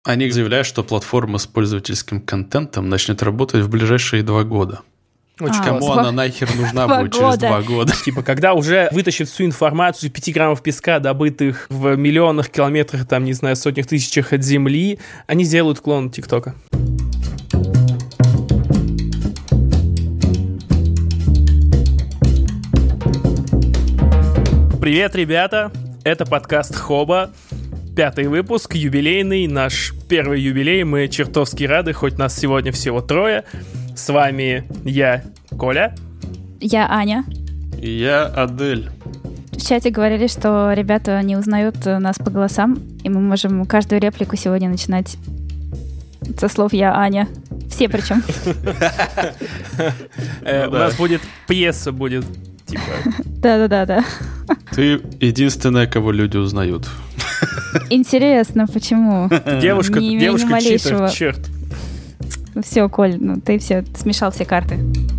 Они заявляют, что платформа с пользовательским контентом начнет работать в ближайшие 2 года. Кому она нахер нужна будет через 2 года? Типа, когда уже вытащит всю информацию 5 граммов песка, добытых в миллионах километрах, там, не знаю, сотнях тысячах от Земли, они сделают клон ТикТока. Привет, ребята! Это подкаст Хоба. 5-й выпуск, юбилейный, наш первый юбилей. Мы чертовски рады, хоть нас сегодня всего 3. С вами я, Коля. Я Аня. И я Адель. В чате говорили, что ребята не узнают нас по голосам, и мы можем каждую реплику сегодня начинать со слов «я Аня». Все причем. У нас будет пьеса, будет типа... Да. Ты единственная, кого люди узнают. Интересно, почему? Девушка читер, черт. Все, Коль, ты смешал все карты.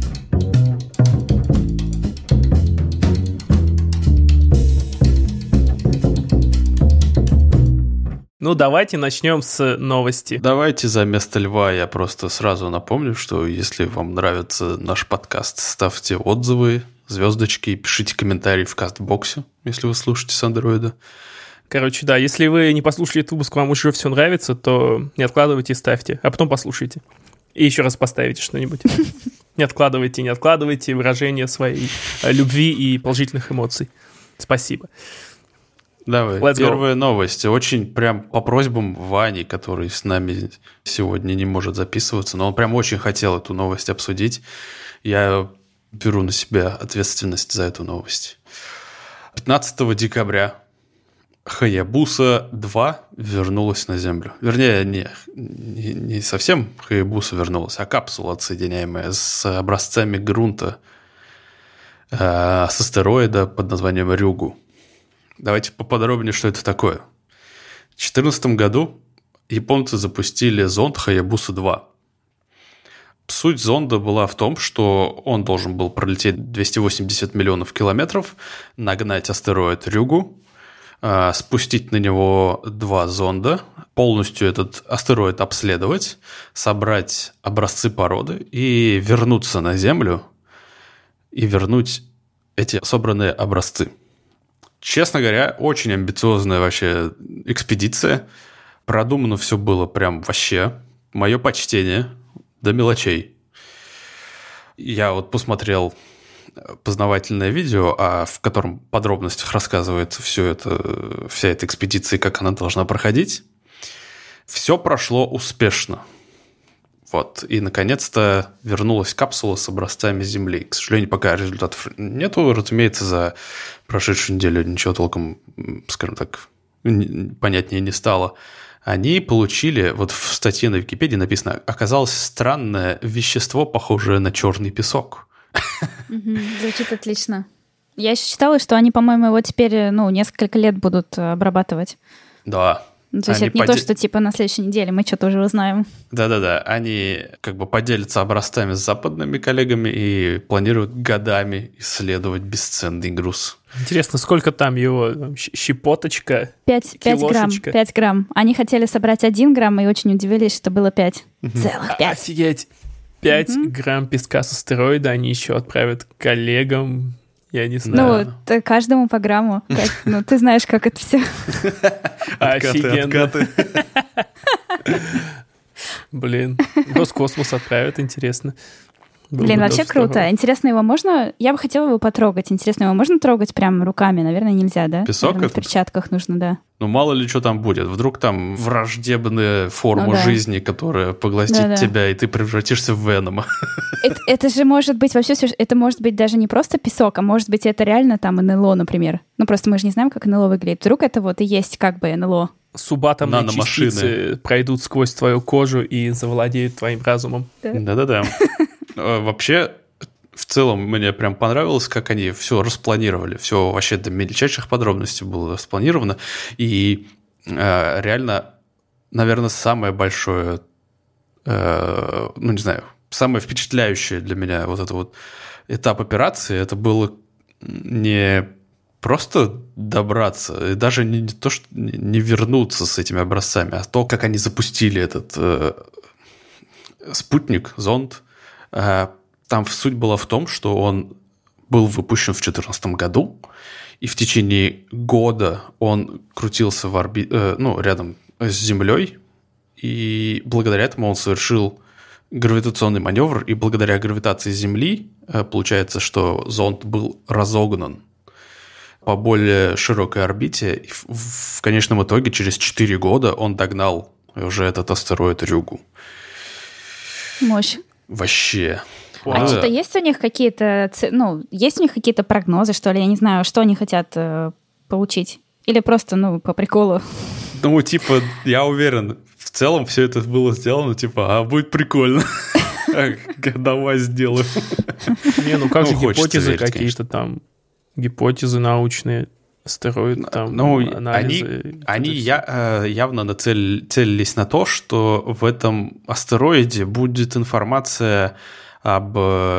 Ну, давайте начнем с новости. Давайте за место льва я просто сразу напомню, что если вам нравится наш подкаст, ставьте отзывы, звездочки, пишите комментарии в кастбоксе, если вы слушаете с андроида. Короче, да, если вы не послушали этот выпуск, вам уже все нравится, то не откладывайте и ставьте, а потом послушайте. И еще раз поставите что-нибудь. Не откладывайте выражение своей любви и положительных эмоций. Спасибо. Давай, первая новость. Очень прям по просьбам Вани, который с нами сегодня не может записываться, но он прям очень хотел эту новость обсудить. Я беру на себя ответственность за эту новость. 15 декабря Хаябуса 2 вернулась на Землю. Вернее, не совсем Хаябуса вернулась, а капсула, отсоединяемая с образцами грунта с астероида под названием Рюгу. Давайте поподробнее, что это такое. В 2014 году японцы запустили зонд Хаябуса-2. Суть зонда была в том, что он должен был пролететь 280 миллионов километров, нагнать астероид Рюгу, спустить на него 2 зонда, полностью этот астероид обследовать, собрать образцы породы и вернуться на Землю и вернуть эти собранные образцы. Честно говоря, очень амбициозная вообще экспедиция. Продумано все было прям вообще. Мое почтение до мелочей. Я вот посмотрел познавательное видео, в котором в подробностях рассказывается вся эта экспедиция, как она должна проходить. Все прошло успешно. Вот. И, наконец-то, вернулась капсула с образцами Земли. К сожалению, пока результатов нету. Разумеется, за прошедшую неделю ничего толком, скажем так, понятнее не стало. Они получили, вот в статье на Википедии написано, оказалось странное вещество, похожее на черный песок. Звучит отлично. Я еще читала, что они, по-моему, его теперь, несколько лет будут обрабатывать. Да. То есть это не то, что типа на следующей неделе мы что-то уже узнаем. Да. Они как бы поделятся образцами с западными коллегами и планируют годами исследовать бесценный груз. Интересно, сколько там его? Щепоточка? 5 грамм. 5 грамм. Они хотели собрать 1 грамм и очень удивились, что было 5. Целых 5. Офигеть! 5 грамм песка с астероида они еще отправят к коллегам. Я не знаю. Каждому по грамму. Ты знаешь, как это все. Офигенно. Блин, Роскосмос отправят, интересно. Блин, вообще круто. Интересно, его можно... Я бы хотела его потрогать. Интересно, его можно трогать прям руками? Наверное, нельзя, да? Песок? Наверное, в перчатках нужно, да. Ну, мало ли что там будет. Вдруг там враждебная форма жизни, которая поглотит тебя, и ты превратишься в Венома. Это же может быть вообще... Это может быть даже не просто песок, а может быть это реально там НЛО, например. Просто мы же не знаем, как НЛО выглядит. Вдруг это вот и есть как бы НЛО. Субатомные частицы пройдут сквозь твою кожу и завладеют твоим разумом. Да. Вообще, в целом, мне прям понравилось, как они все распланировали. Все вообще до мельчайших подробностей было распланировано. И реально, наверное, самое большое, самое впечатляющее для меня вот это вот этап операции, это было не просто добраться, и даже не то, что не вернуться с этими образцами, а то, как они запустили этот спутник, зонд. Там суть была в том, что он был выпущен в 2014 году, и в течение года он крутился рядом с Землей, и благодаря этому он совершил гравитационный маневр, и благодаря гравитации Земли получается, что зонд был разогнан по более широкой орбите, и в конечном итоге через 4 года он догнал уже этот астероид Рюгу. Мощь. Вообще. А что-то есть у них какие-то, есть у них какие-то прогнозы, что ли? Я не знаю, что они хотят получить? Или просто, по приколу? Я уверен, в целом все это было сделано, будет прикольно. Давай сделаем. Как же гипотезы какие-то там, гипотезы научные, астероид, там, анализы. Они явно нацелились на то, что в этом астероиде будет информация об...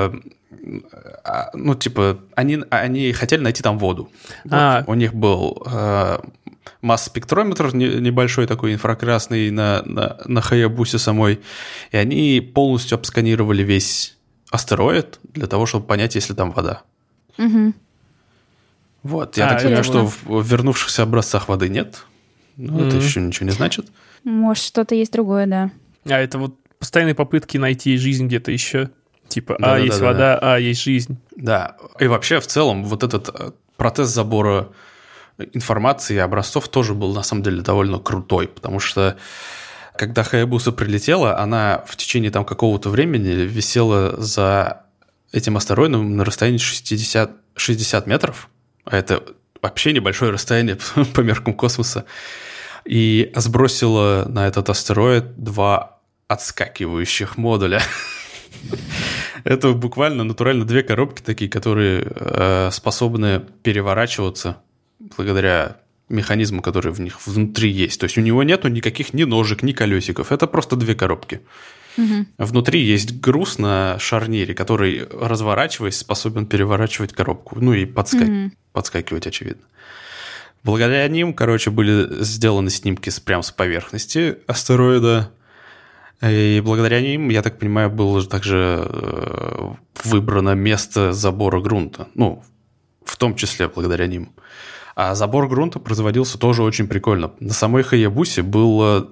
они хотели найти там воду. У них был масс-спектрометр небольшой такой, инфракрасный на Хаябусе самой, и они полностью обсканировали весь астероид для того, чтобы понять, есть ли там вода. Угу. Вот, я так понимаю, что в вернувшихся образцах воды нет. Это еще ничего не значит. Может, что-то есть другое, да. Это вот постоянные попытки найти жизнь где-то еще. Есть вода, есть жизнь. Да, и вообще в целом вот этот процесс забора информации и образцов тоже был на самом деле довольно крутой, потому что когда Хаябуса прилетела, она в течение там какого-то времени висела за этим астероидом на расстоянии 60 метров, а это вообще небольшое расстояние по меркам космоса, и сбросила на этот астероид 2 отскакивающих модуля. Это буквально натурально 2 коробки такие, которые способны переворачиваться благодаря механизму, который в них внутри есть. То есть у него нету никаких ни ножек, ни колесиков. Это просто 2 коробки. Угу. Внутри есть груз на шарнире, который, разворачиваясь, способен переворачивать коробку. И подскакивать, очевидно. Благодаря ним, были сделаны снимки прямо с поверхности астероида. И благодаря ним, я так понимаю, было также выбрано место забора грунта. В том числе благодаря ним. А забор грунта производился тоже очень прикольно. На самой Хаябусе был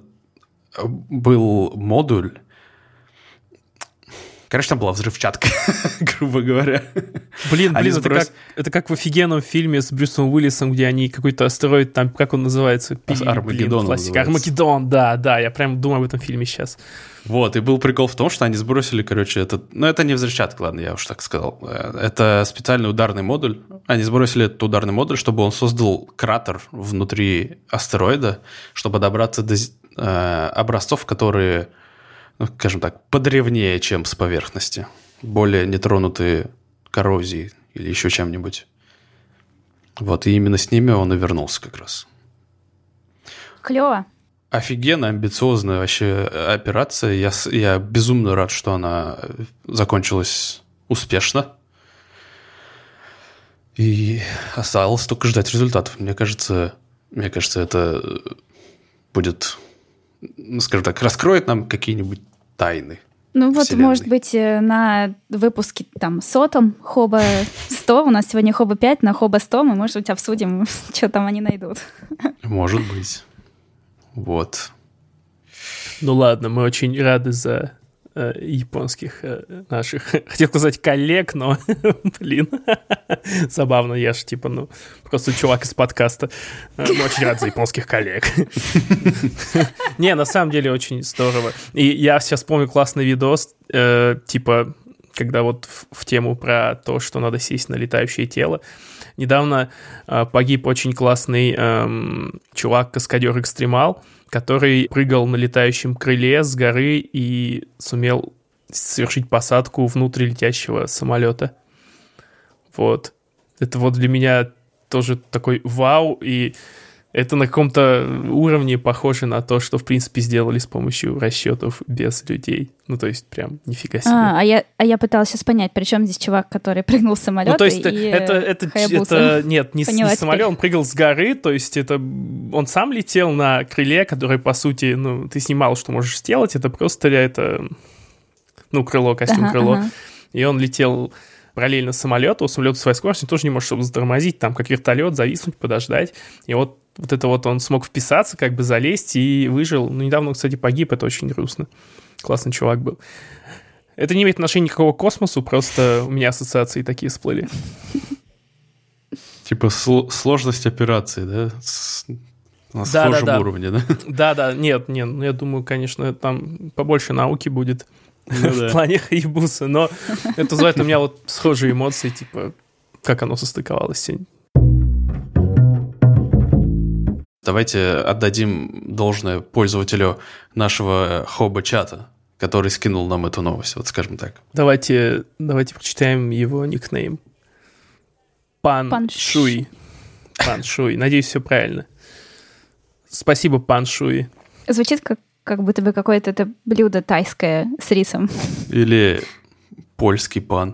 модуль. Короче, там была взрывчатка, грубо говоря. Блин, это как в офигенном фильме с Брюсом Уиллисом, где они какой-то астероид, там, как он называется? Армагеддон. Армагеддон, да, я прям думаю об этом фильме сейчас. Вот, и был прикол в том, что они сбросили, это не взрывчатка, ладно, я уж так сказал. Это специальный ударный модуль. Они сбросили этот ударный модуль, чтобы он создал кратер внутри астероида, чтобы добраться до образцов, которые... скажем так, подревнее, чем с поверхности. Более нетронутые коррозией или еще чем-нибудь. Вот, и именно с ними он и вернулся как раз. Клево. Офигенно амбициозная вообще операция. Я безумно рад, что она закончилась успешно. И осталось только ждать результатов. Мне кажется, это будет, скажем так, раскроет нам какие-нибудь тайны. Вселенной. Может быть, на выпуске сотом Хоба 100, у нас сегодня Хоба 5, на Хоба 100 мы, может быть, обсудим, что там они найдут. Может быть. Вот. Ладно, мы очень рады за японских наших, хотел сказать, коллег, но, забавно, я же, просто чувак из подкаста. Мы очень рады за японских коллег. Не, на самом деле очень здорово. И я сейчас помню классный видос, когда вот в тему про то, что надо сесть на летающее тело. Недавно погиб очень классный чувак-каскадер-экстремал, который прыгал на летающем крыле с горы и сумел совершить посадку внутрь летящего самолета. Вот. Это вот для меня тоже такой вау, и Это на каком-то уровне похоже на то, что, в принципе, сделали с помощью расчетов без людей. Ну, то есть, прям нифига себе. Я пыталась сейчас понять, при чем здесь чувак, который прыгнул с самолета, то есть, и это нет, не с самолета, он прыгал с горы, то есть, это он сам летел на крыле, которое, по сути, ну, ты снимал, что можешь сделать, это просто крыло, костюм-крыло. И он летел параллельно самолету, у самолета своя скорость, он тоже не может, чтобы затормозить, там, как вертолет, зависнуть, подождать. И вот это вот он смог вписаться, как бы залезть и выжил. Ну, недавно он, кстати, погиб, это очень грустно. Классный чувак был. Это не имеет отношения никакого к космосу, просто у меня ассоциации такие всплыли. Типа сложность операции, да? На схожем уровне, да? Да, нет, я думаю, конечно, там побольше науки будет в плане Хаябусы, но это вызывает у меня вот схожие эмоции, типа, как оно состыковалось сегодня. Давайте отдадим должное пользователю нашего хоба-чата, который скинул нам эту новость, вот скажем так. Давайте прочитаем его никнейм. Пан Шуй. Пан Шуй. Надеюсь, все правильно. Спасибо, Пан Шуй. Звучит как будто бы какое-то это блюдо тайское с рисом. Или польский пан.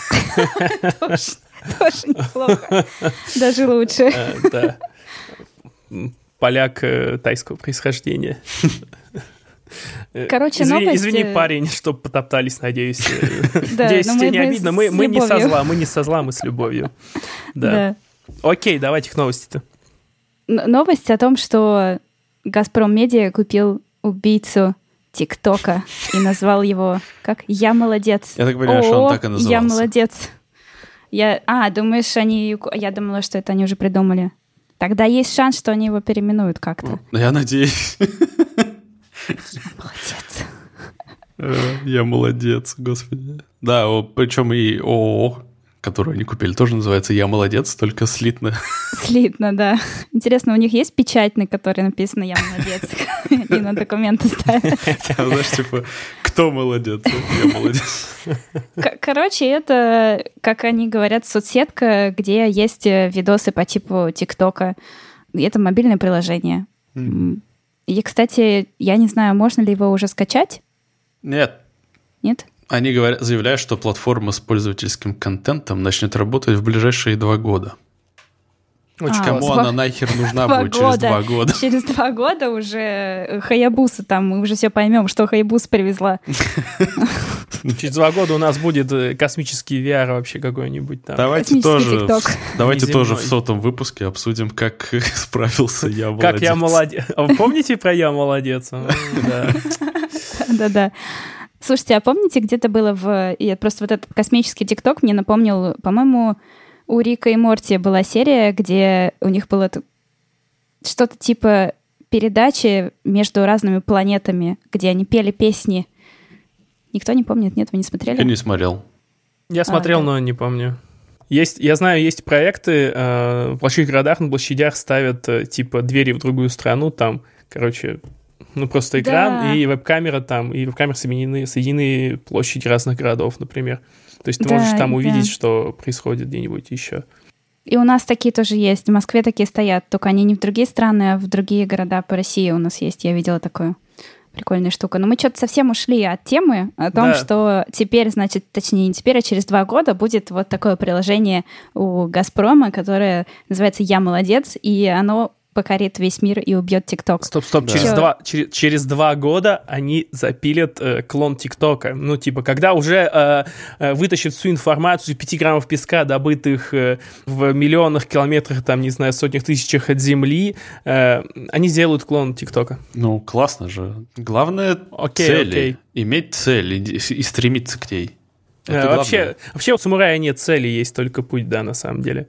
Тоже неплохо. Даже лучше. Да. Поляк тайского происхождения. Короче, новость... Извини, парень, что потоптались, надеюсь. Надеюсь, тебе не обидно. Мы не со зла, мы с любовью. Да. Окей, давайте к новости-то. Новость о том, что «Газпром Медиа» купил убийцу ТикТока и назвал его как «Я молодец». Я так понимаю, что он так и назывался. «Я молодец». Думаешь, Я думала, что это они уже придумали. Тогда есть шанс, что они его переименуют как-то. Я надеюсь. Молодец. Я молодец, господи. Да, причем и ООО, которую они купили, тоже называется «Я молодец», только слитно. Слитно, да. Интересно, у них есть печать, на которой написано «Я молодец»? И на документы ставят. Знаешь, типа, кто молодец? Я молодец. Короче, это, как они говорят, соцсетка, где есть видосы по типу ТикТока. Это мобильное приложение. И, кстати, я не знаю, можно ли его уже скачать? Нет. Нет? Они заявляют, что платформа с пользовательским контентом начнет работать в ближайшие 2 года. Кому она нахер нужна будет через 2 года? Через 2 года уже Хаябуса там, мы уже все поймем, что Хаябуса привезла. Через 2 года у нас будет космический VR вообще какой-нибудь там. Давайте тоже в 100-м выпуске обсудим, как справился «Я молодец». Как «Я молодец». Помните про «Я молодец»? Да-да. Слушайте, а помните, где-то было просто вот этот космический ТикТок мне напомнил, по-моему, у Рика и Морти была серия, где у них было что-то типа передачи между разными планетами, где они пели песни. Никто не помнит? Нет, вы не смотрели? Я не смотрел. Я смотрел, но не помню. Я знаю, есть проекты в больших городах, на площадях ставят типа двери в другую страну, там, короче... просто экран и веб-камера там, и веб-камеры соединены площади разных городов, например. То есть ты можешь там увидеть, что происходит где-нибудь еще. И у нас такие тоже есть. В Москве такие стоят, только они не в другие страны, а в другие города по России у нас есть. Я видела такую прикольную штуку. Но мы что-то совсем ушли от темы о том, что теперь, точнее, не теперь, а через 2 года будет вот такое приложение у «Газпрома», которое называется «Я молодец», и оно покорит весь мир и убьет ТикТок. Стоп. Да. Через 2 года они запилят клон ТикТока. Ну, типа, когда уже вытащат всю информацию, 5 граммов песка, добытых в миллионах километрах, там, не знаю, сотнях тысячах от Земли, они сделают клон ТикТока. Ну, классно же. Главное цель. Иметь цель и стремиться к ней. Вообще у самурая нет цели, есть только путь, да, на самом деле.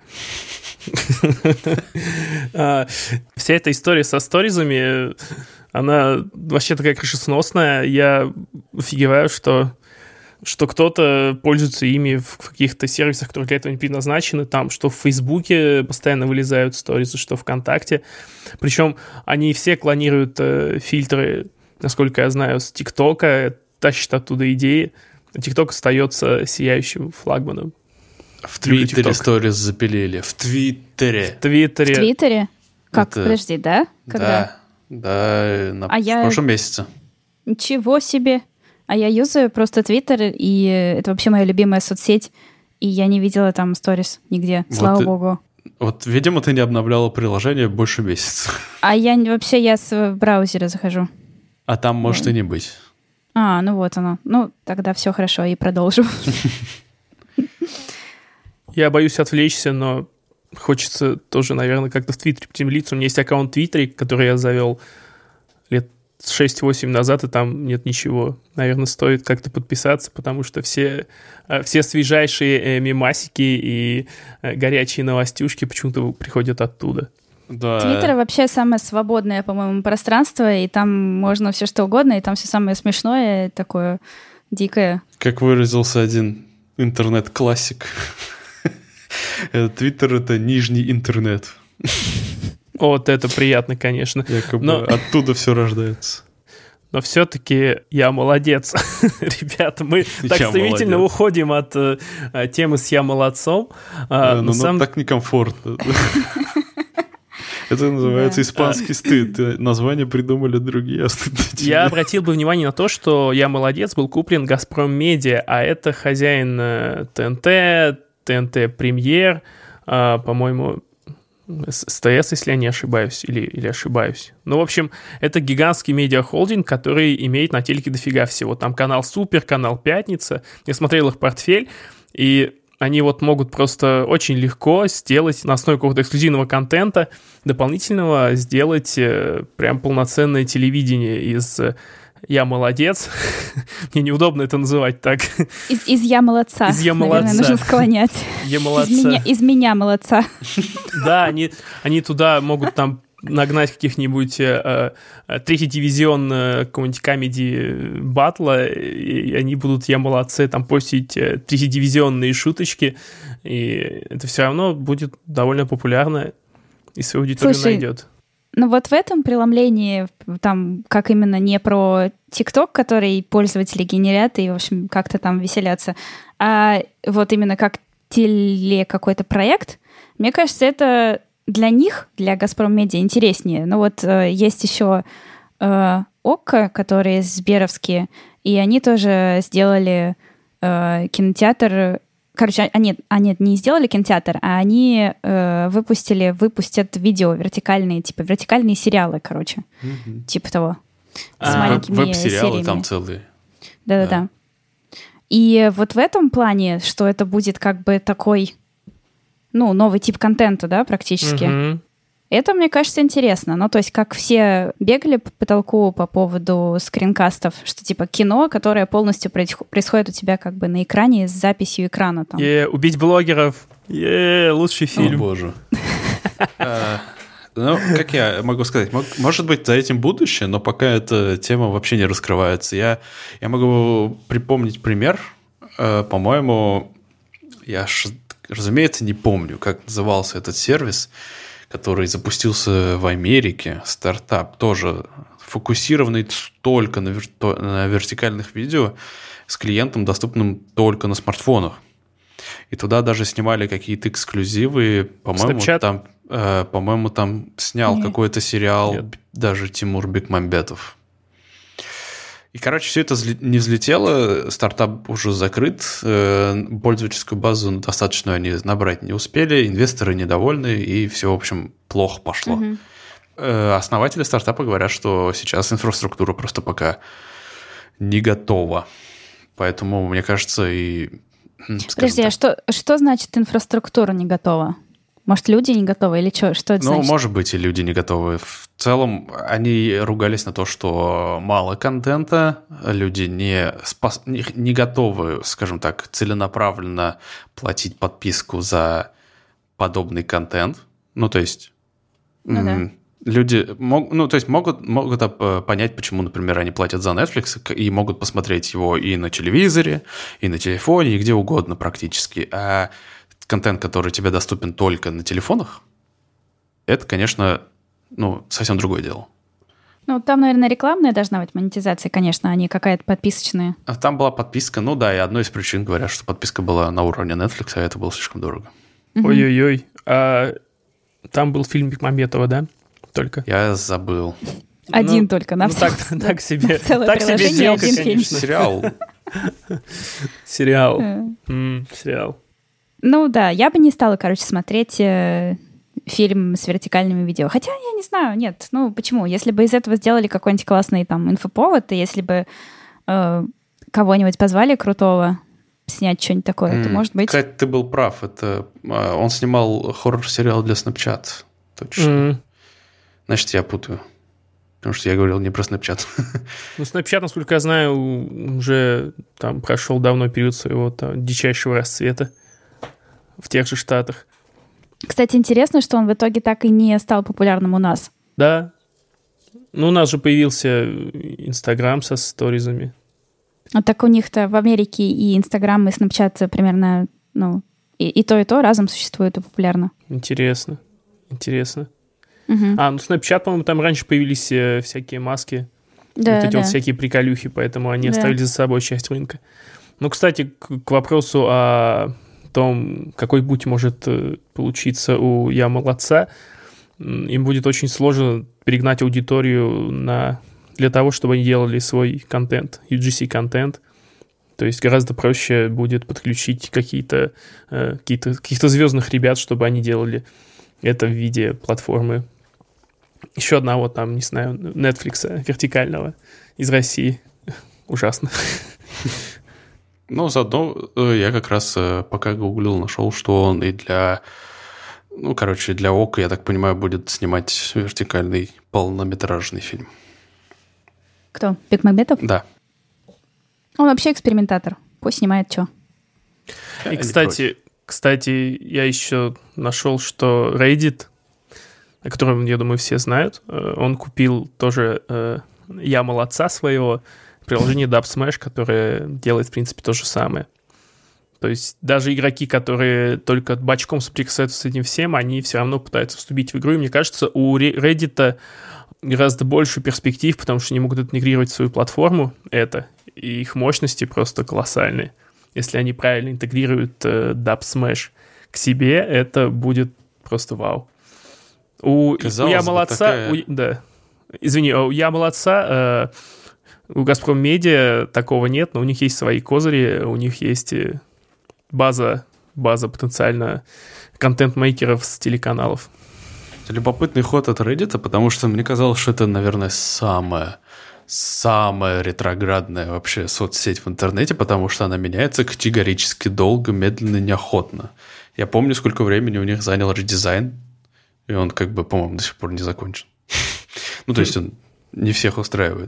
Вся эта история со сторизами, она вообще такая крышесносная. Я офигеваю, что кто-то пользуется ими в каких-то сервисах, которые для этого не предназначены, там, что в Фейсбуке постоянно вылезают сторизы, что ВКонтакте. Причем они все клонируют фильтры, насколько я знаю, с ТикТока, тащат оттуда идеи. ТикТок остается сияющим флагманом. В Твиттере сторис запилили. В Твиттере. В Твиттере? Как, подожди, да? Когда? Да, в прошлом месяце. Ничего себе. А я юзаю просто Твиттер, и это вообще моя любимая соцсеть, и я не видела там сторис нигде, слава богу. Вот, видимо, ты не обновляла приложение больше месяца. А я в браузере захожу. А там может и не быть. Ну вот оно. Ну, тогда все хорошо, и продолжу. Я боюсь отвлечься, но хочется тоже, наверное, как-то в Твиттере поделиться. У меня есть аккаунт в Твиттере, который я завел лет 6-8 назад, и там нет ничего. Наверное, стоит как-то подписаться, потому что все свежайшие мемасики и горячие новостюшки почему-то приходят оттуда. Да. Твиттер вообще самое свободное, по-моему, пространство, и там можно все что угодно, и там все самое смешное, такое дикое. Как выразился один интернет-классик, Твиттер — это нижний интернет. Вот это приятно, конечно. Якобы оттуда все рождается. Но все-таки я молодец. Ребята, мы так стремительно уходим от темы с «я молодцом». Но так некомфортно. Это называется испанский стыд. Название придумали другие, а стыд. Я обратил бы внимание на то, что «Я молодец» был куплен «Газпром Медиа», а это хозяин ТНТ Премьер, по-моему, СТС, если я не ошибаюсь, или ошибаюсь. Ну, в общем, это гигантский медиахолдинг, который имеет на телеке дофига всего. Там канал «Супер», канал «Пятница». Я смотрел их портфель, и они вот могут просто очень легко сделать на основе какого-то эксклюзивного контента дополнительного, сделать прям полноценное телевидение из «Я молодец». Мне неудобно это называть так. Из «Я молодца». Из «Я молодца». Наверное, нужно склонять. «Я молодца». Из меня молодца. Да, они туда могут там нагнать каких-нибудь третий дивизион какого-нибудь комедий батла, и они будут «Я молодцы», там постить третьедивизионные шуточки, и это все равно будет довольно популярно, и свою аудиторию найдет. Ну вот в этом преломлении, там, как именно не про ТикТок, который пользователи генерят и, в общем, как-то там веселятся, а вот именно как какой-то проект, мне кажется, это для них, для «Газпром Медиа» интереснее. Ну вот есть еще ОККО, которые сберовские, и они тоже сделали кинотеатр. Короче, они не сделали кинотеатр, а они выпустят видео вертикальные, типа вертикальные сериалы, короче. Типа того. С маленькими веб-сериалы сериями. там целые. Да. И вот в этом плане, что это будет как бы такой, новый тип контента, да, практически. Это, мне кажется, интересно. Ну, то есть, как все бегали по потолку по поводу скринкастов, что типа кино, которое полностью происходит у тебя как бы на экране с записью экрана. Там. Убить блогеров. Лучший фильм. О, боже. Ну, как я могу сказать, может быть, за этим будущее, но пока эта тема вообще не раскрывается. Я могу припомнить пример. По-моему, я, разумеется, не помню, как назывался этот сервис, который запустился в Америке, стартап, тоже фокусированный только на вертикальных видео с клиентом, доступным только на смартфонах. И туда даже снимали какие-то эксклюзивы. По-моему, там снял какой-то сериал даже Тимур Бекмамбетов. И, короче, все это не взлетело, стартап уже закрыт, пользовательскую базу достаточно они набрать не успели, инвесторы недовольны, и все, в общем, плохо пошло. Основатели стартапа говорят, что сейчас инфраструктура просто пока не готова. Поэтому, мне кажется, и... Подожди, а что значит инфраструктура не готова? Может, люди не готовы или что это значит? Может быть, и люди не готовы. В целом, они ругались на то, что мало контента, люди не готовы, скажем так, целенаправленно платить подписку за подобный контент. Ну, то есть... Люди могут понять, почему, например, они платят за Netflix и могут посмотреть его и на телевизоре, и на телефоне, и где угодно практически. А контент, который тебе доступен только на телефонах, это, конечно, совсем другое дело. Там, наверное, рекламная должна быть монетизация, конечно, а не какая-то подписочная. Там была подписка, и одной из причин говорят, что подписка была на уровне Netflix, а это было слишком дорого. Ой-ой-ой. А там был фильм Бекмамбетова, да? только. Я забыл. Один только, на так себе. Так себе сделка, конечно. Сериал. Сериал. Ну да, я бы не стала, смотреть фильм с вертикальными видео. Хотя, я не знаю, нет. Ну, почему? Если бы из этого сделали какой-нибудь классный там инфоповод, и если бы кого-нибудь позвали крутого снять что-нибудь такое, то, может быть... Кстати, ты был прав. Это он снимал хоррор-сериал для Snapchat. Точно. Значит, я путаю. Потому что я говорил не про Snapchat. Ну, Snapchat, насколько я знаю, уже там прошел давно период своего там дичайшего расцвета в тех же Штатах. Кстати, интересно, что он в итоге так и не стал популярным у нас. Да. Ну, у нас же появился Инстаграм со сторизами. А так у них-то в Америке и Инстаграм, и Snapchat примерно, и то разом существует и популярно. Интересно. Угу. Ну Snapchat, по-моему, там раньше появились всякие маски, да, вот эти вот всякие приколюхи, поэтому они оставили за собой часть рынка. Ну, кстати, к вопросу о том, какой путь может получиться у «Я молодца», им будет очень сложно перегнать аудиторию для того, чтобы они делали свой контент, UGC-контент. То есть гораздо проще будет подключить каких-то звездных ребят, чтобы они делали это в виде платформы. Еще одного там, не знаю, Netflix вертикального из России. Ужасно. Ну, заодно я как раз пока гуглил, нашел, что он и для ОК, я так понимаю, будет снимать вертикальный полнометражный фильм. Кто? Бекмамбетов? Да. Он вообще экспериментатор. Пусть снимает что. И, кстати, я еще нашел, что Reddit, о котором, я думаю, все знают, он купил тоже «Я молодца» своего, приложение Dubsmash, которое делает, в принципе, то же самое. То есть даже игроки, которые только бочком соприкасаются с этим всем, они все равно пытаются вступить в игру. И мне кажется, у Reddit гораздо больше перспектив, потому что они могут интегрировать в свою платформу и их мощности просто колоссальные. Если они правильно интегрируют Dubsmash к себе, это будет просто вау. У «Я молодца», у «Я молодца», у «Газпром Медиа» такого нет, но у них есть свои козыри, у них есть база потенциально контент-мейкеров с телеканалов. Это любопытный ход от Reddit, потому что мне казалось, что это, наверное, самая ретроградная вообще соцсеть в интернете, потому что она меняется категорически долго, медленно, неохотно. Я помню, сколько времени у них занял редизайн, и он, по-моему, до сих пор не закончен. Ну, то есть он не всех устраивает.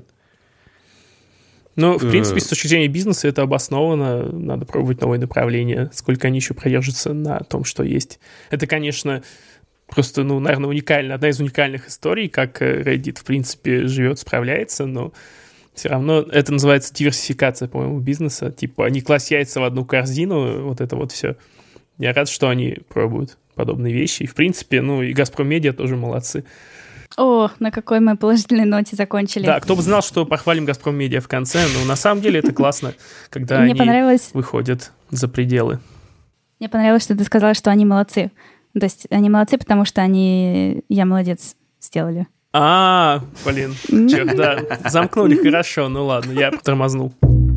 Ну, в принципе, с точки зрения бизнеса это обосновано. Надо пробовать новые направления. Сколько они еще продержатся на том, что есть. Это, конечно, просто, наверное, уникально. Одна из уникальных историй, как Reddit, в принципе, живет, справляется, но все равно это называется диверсификация, по-моему, бизнеса. Типа, не класть яйца в одну корзину, вот это вот все. Я рад, что они пробуют подобные вещи. И, в принципе, и «Газпром Медиа» тоже молодцы. О, на какой мы положительной ноте закончили. Да, кто бы знал, что похвалим «Газпром Медиа» в конце, но на самом деле это классно, когда они выходят за пределы. Мне понравилось, что ты сказала, что они молодцы. То есть они молодцы, потому что они «Я молодец» сделали. Блин, черт, да, замкнули хорошо, ладно, я тормознул.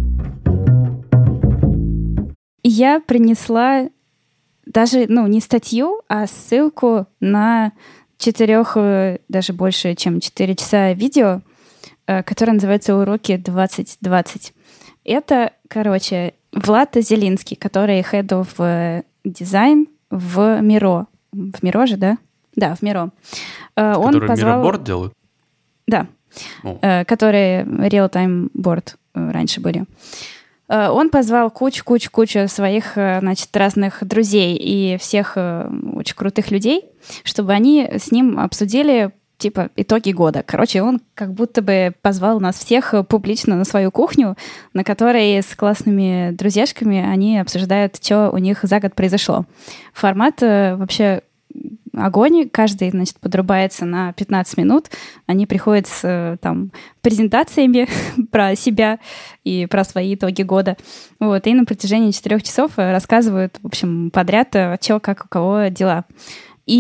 Я принесла даже, не статью, а ссылку на 4, даже больше, чем 4 часа видео, которое называется «Уроки 2020». Это, Влад Зелинский, который Head of Design в Miro. В Miro же, да? Да, в Miro. Он позвал... Miro Board делают? Да. Которые Real-Time Board раньше были. Он позвал кучу своих, разных друзей и всех очень крутых людей, чтобы они с ним обсудили, итоги года. Он как будто бы позвал нас всех публично на свою кухню, на которой с классными друзьяшками они обсуждают, что у них за год произошло. Формат вообще огонь. Каждый, подрубается на 15 минут. Они приходят с презентациями про себя и про свои итоги года. И на протяжении 4 часов рассказывают, в общем, подряд, что, как, у кого дела. И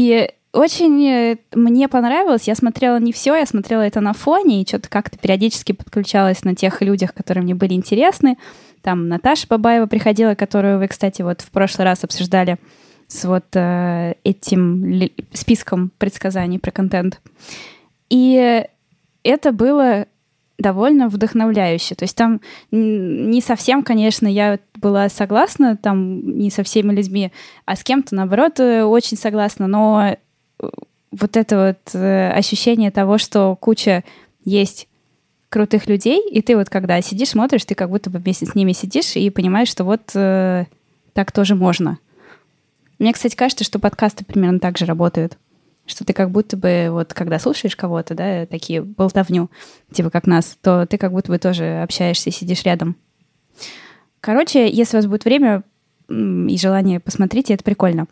очень мне понравилось. Я смотрела не все, я смотрела это на фоне, и что-то как-то периодически подключалась на тех людях, которые мне были интересны. Там Наташа Бабаева приходила, которую вы, кстати, вот в прошлый раз обсуждали с вот этим списком предсказаний про контент. И это было довольно вдохновляюще. То есть там не совсем, конечно, я была согласна там не со всеми людьми, а с кем-то, наоборот, очень согласна, но вот это вот ощущение того, что куча есть крутых людей, и ты вот когда сидишь, смотришь, ты как будто бы вместе с ними сидишь и понимаешь, что вот так тоже можно. Мне, кстати, кажется, что подкасты примерно так же работают. Что ты как будто бы, вот когда слушаешь кого-то, да, такие болтовню, типа как нас, то ты как будто бы тоже общаешься и сидишь рядом. Короче, если у вас будет время и желание, посмотрите, это прикольно.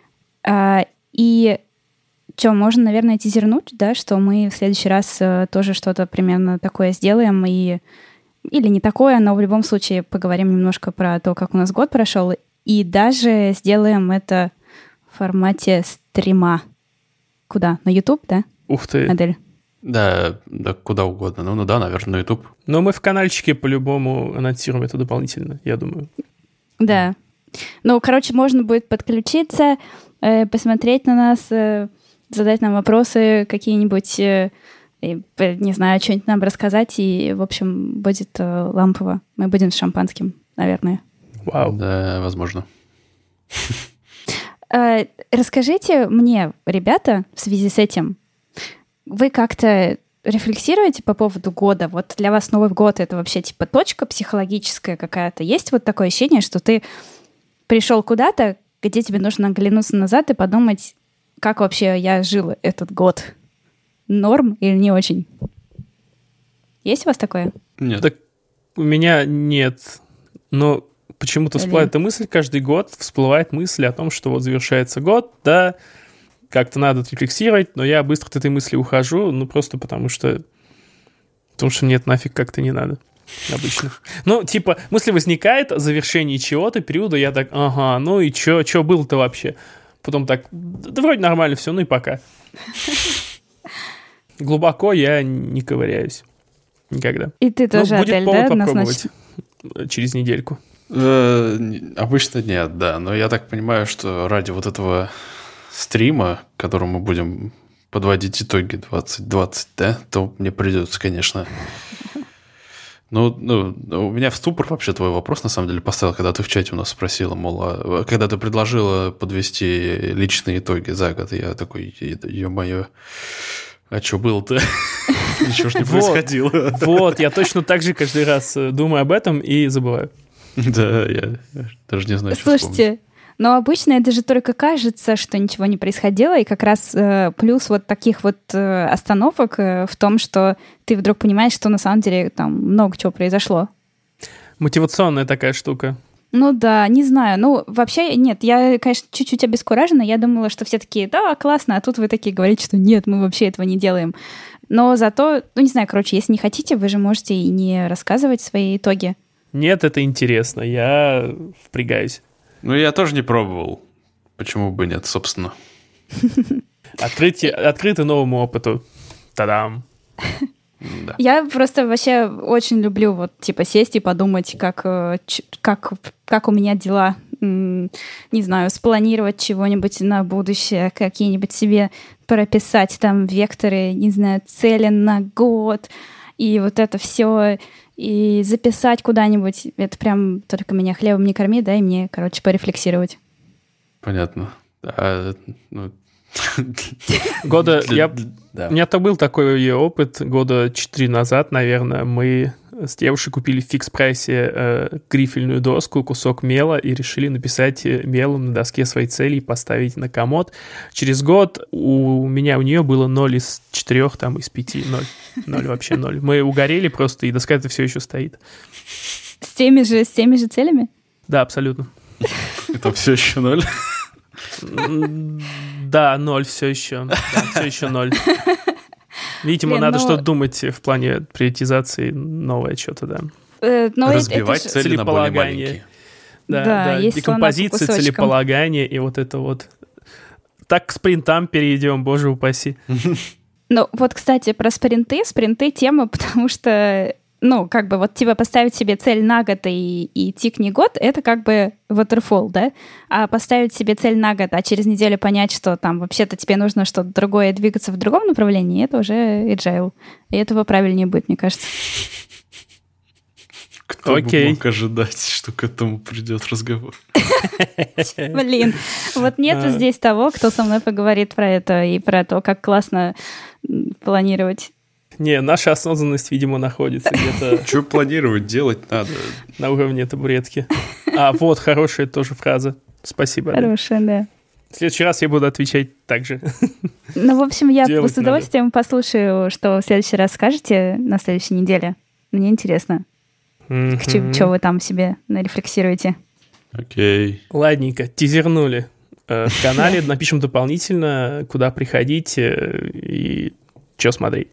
И что, можно, наверное, тизернуть, да, что мы в следующий раз тоже что-то примерно такое сделаем, или не такое, но в любом случае поговорим немножко про то, как у нас год прошел, и даже сделаем это в формате стрима. Куда? На YouTube, да? Ух ты. Адель? Да, куда угодно. Ну да, наверное, на YouTube. Но мы в канальчике по-любому анонсируем это дополнительно, я думаю. Да. Ну, короче, можно будет подключиться, посмотреть на нас, задать нам вопросы какие-нибудь, не знаю, что-нибудь нам рассказать, и, в общем, будет лампово. Мы будем с шампанским, наверное. Вау. Да, возможно. Расскажите мне, ребята, в связи с этим, вы как-то рефлексируете по поводу года? Вот для вас Новый год — это вообще типа точка психологическая какая-то? Есть вот такое ощущение, что ты пришел куда-то, где тебе нужно оглянуться назад и подумать, как вообще я жила этот год? Норм или не очень? Есть у вас такое? Нет. Так у меня нет, но... Почему-то всплывает эта мысль, каждый год всплывает мысль о том, что вот завершается год, да, как-то надо отрефлексировать, но я быстро от этой мысли ухожу, ну, просто потому что мне это нафиг как-то не надо обычно. Ну, типа, мысль возникает о завершении чего-то, периода, я так, ага, ну и чё было-то вообще? Потом так, да вроде нормально все, ну и пока. Глубоко я не ковыряюсь. Никогда. И ты тоже, Адель, да? Будет повод попробовать через недельку. Обычно нет, да. Но я так понимаю, что ради вот этого стрима, к которому мы будем подводить итоги 2020, да, то мне придется, конечно... Ну, у меня в ступор вообще твой вопрос, на самом деле, поставил, когда ты в чате у нас спросила, мол, когда ты предложила подвести личные итоги за год, я такой, ё-моё, а что было-то? Ничего ж не происходило. Вот, я точно так же каждый раз думаю об этом и забываю. Да, я даже не знаю, что Слушайте, но обычно это же только кажется, что ничего не происходило, и как раз плюс вот таких вот остановок в том, что ты вдруг понимаешь, что на самом деле там много чего произошло. Мотивационная такая штука. Ну да, не знаю. Ну, вообще, нет, я, конечно, чуть-чуть обескуражена. Я думала, что все такие, да, классно, а тут вы такие говорите, что нет, мы вообще этого не делаем. Но зато, ну, не знаю, короче, если не хотите, вы же можете и не рассказывать свои итоги. Нет, это интересно, я впрягаюсь. Ну, я тоже не пробовал. Почему бы нет, собственно. Открыты новому опыту. Та-дам! Да. Я просто вообще очень люблю вот типа сесть и подумать, как у меня дела. Не знаю, спланировать чего-нибудь на будущее, какие-нибудь себе прописать там векторы, не знаю, цели на год. И вот это все... И записать куда-нибудь, это прям только меня хлебом не корми, дай мне, короче, порефлексировать. Понятно. Года... У меня-то был такой опыт года 4 назад, наверное. Мы с девушкой купили в фикс-прайсе грифельную доску, кусок мела и решили написать мелом на доске свои цели и поставить на комод. Через год у нее было 0 из 4, там, из 5. 0 вообще 0. Мы угорели просто, и доска это все еще стоит. С теми же целями? Да, абсолютно. Это все еще 0? Да, 0 все еще. Да, все еще 0. Видимо, надо что-то думать в плане приоритизации, новое что-то, да. Разбивать цели на более маленькие. Да, декомпозиция, целеполагание и вот это вот Так к спринтам перейдем, боже упаси. Ну, вот, кстати, про спринты тема, потому что, ну, как бы вот тебе поставить себе цель на год и идти к ней год, это как бы waterfall, да? А поставить себе цель на год, а через неделю понять, что там вообще-то тебе нужно что-то другое, двигаться в другом направлении, это уже agile. И этого правильнее будет, мне кажется. Кто бы мог ожидать, что к этому придет разговор? Блин, вот нету здесь того, кто со мной поговорит про это и про то, как классно планировать. Не, наша осознанность, видимо, находится где-то... Что планировать, делать надо. На уровне табуретки. А, вот, хорошая тоже фраза. Спасибо. Хорошая, да. В следующий раз я буду отвечать так же. Ну, в общем, я с удовольствием послушаю, что в следующий раз скажете на следующей неделе. Мне интересно. Что вы там себе нарефлексируете? Окей. Ладненько, тизернули. В канале напишем дополнительно, куда приходить и что смотреть.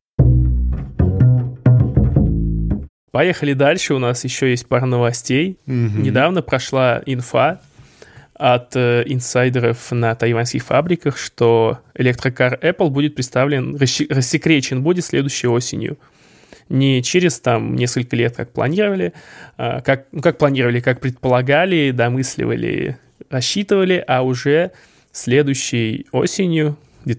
Поехали дальше. У нас еще есть пара новостей. Недавно прошла инфа от инсайдеров на тайваньских фабриках, что электрокар Apple будет представлен, рассекречен будет следующей осенью. Не через там несколько лет, как планировали, как предполагали, домысливали, рассчитывали, а уже следующей осенью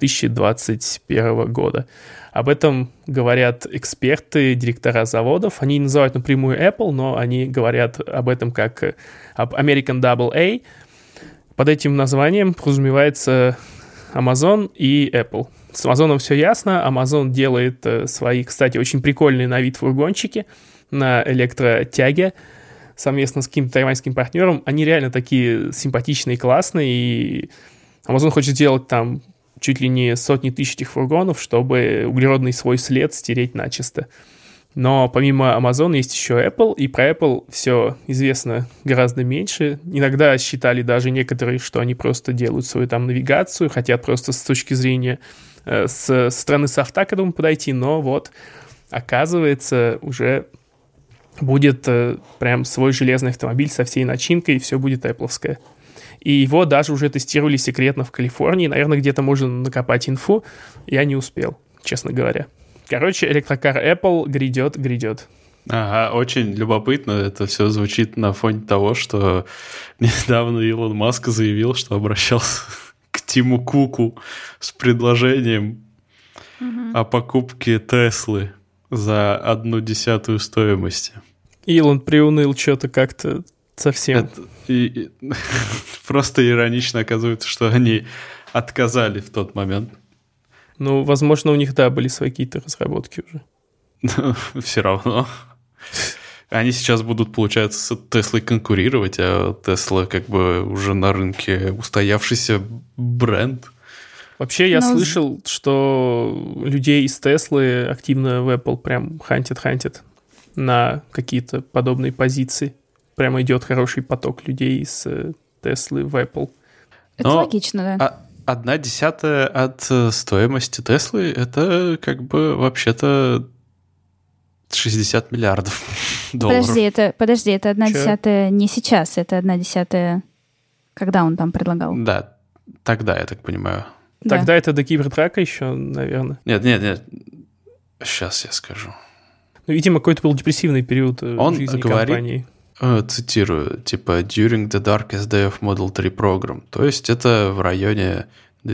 2021 года. Об этом говорят эксперты, директора заводов. Они не называют напрямую Apple, но они говорят об этом как об American AA. Под этим названием подразумевается Amazon и Apple. С Amazon все ясно. Amazon делает свои, кстати, очень прикольные на вид фургончики на электротяге совместно с каким-то тайваньским партнером. Они реально такие симпатичные, классные. И Amazon хочет сделать там чуть ли не сотни тысяч этих фургонов, чтобы углеродный свой след стереть начисто. Но помимо Amazon есть еще Apple, и про Apple все известно гораздо меньше. Иногда считали даже некоторые, что они просто делают свою там навигацию, хотят просто с точки зрения со стороны софта к этому подойти, но вот оказывается уже будет прям свой железный автомобиль со всей начинкой, и все будет Apple'овское. И его даже уже тестировали секретно в Калифорнии. Наверное, где-то можно накопать инфу. Я не успел, честно говоря. Короче, электрокар Apple грядет. Ага, очень любопытно. Это все звучит на фоне того, что недавно Илон Маск заявил, что обращался к Тиму Куку с предложением о покупке Теслы за 1/10 стоимости. Илон приуныл что-то как-то совсем. Просто иронично оказывается, что они отказали в тот момент. Ну, возможно, у них, да, были свои какие-то разработки уже. Все равно. Они сейчас будут, получается, с Теслой конкурировать, а Тесла как бы уже на рынке устоявшийся бренд. Вообще, я слышал, что людей из Теслы активно в Apple прям хантят на какие-то подобные позиции. Прямо идет хороший поток людей из Теслы в Apple. Это логично, да. 1/10 от стоимости Теслы — это как бы вообще-то 60 миллиардов долларов. Подожди, это 1/10 не сейчас, это 1/10, когда он там предлагал? Да, тогда, я так понимаю. Тогда это до Кибертрака еще, наверное. Нет. Сейчас я скажу. Ну, видимо, какой-то был депрессивный период в жизни компании. Цитирую, типа «During the darkest day of Model 3 program». То есть это в районе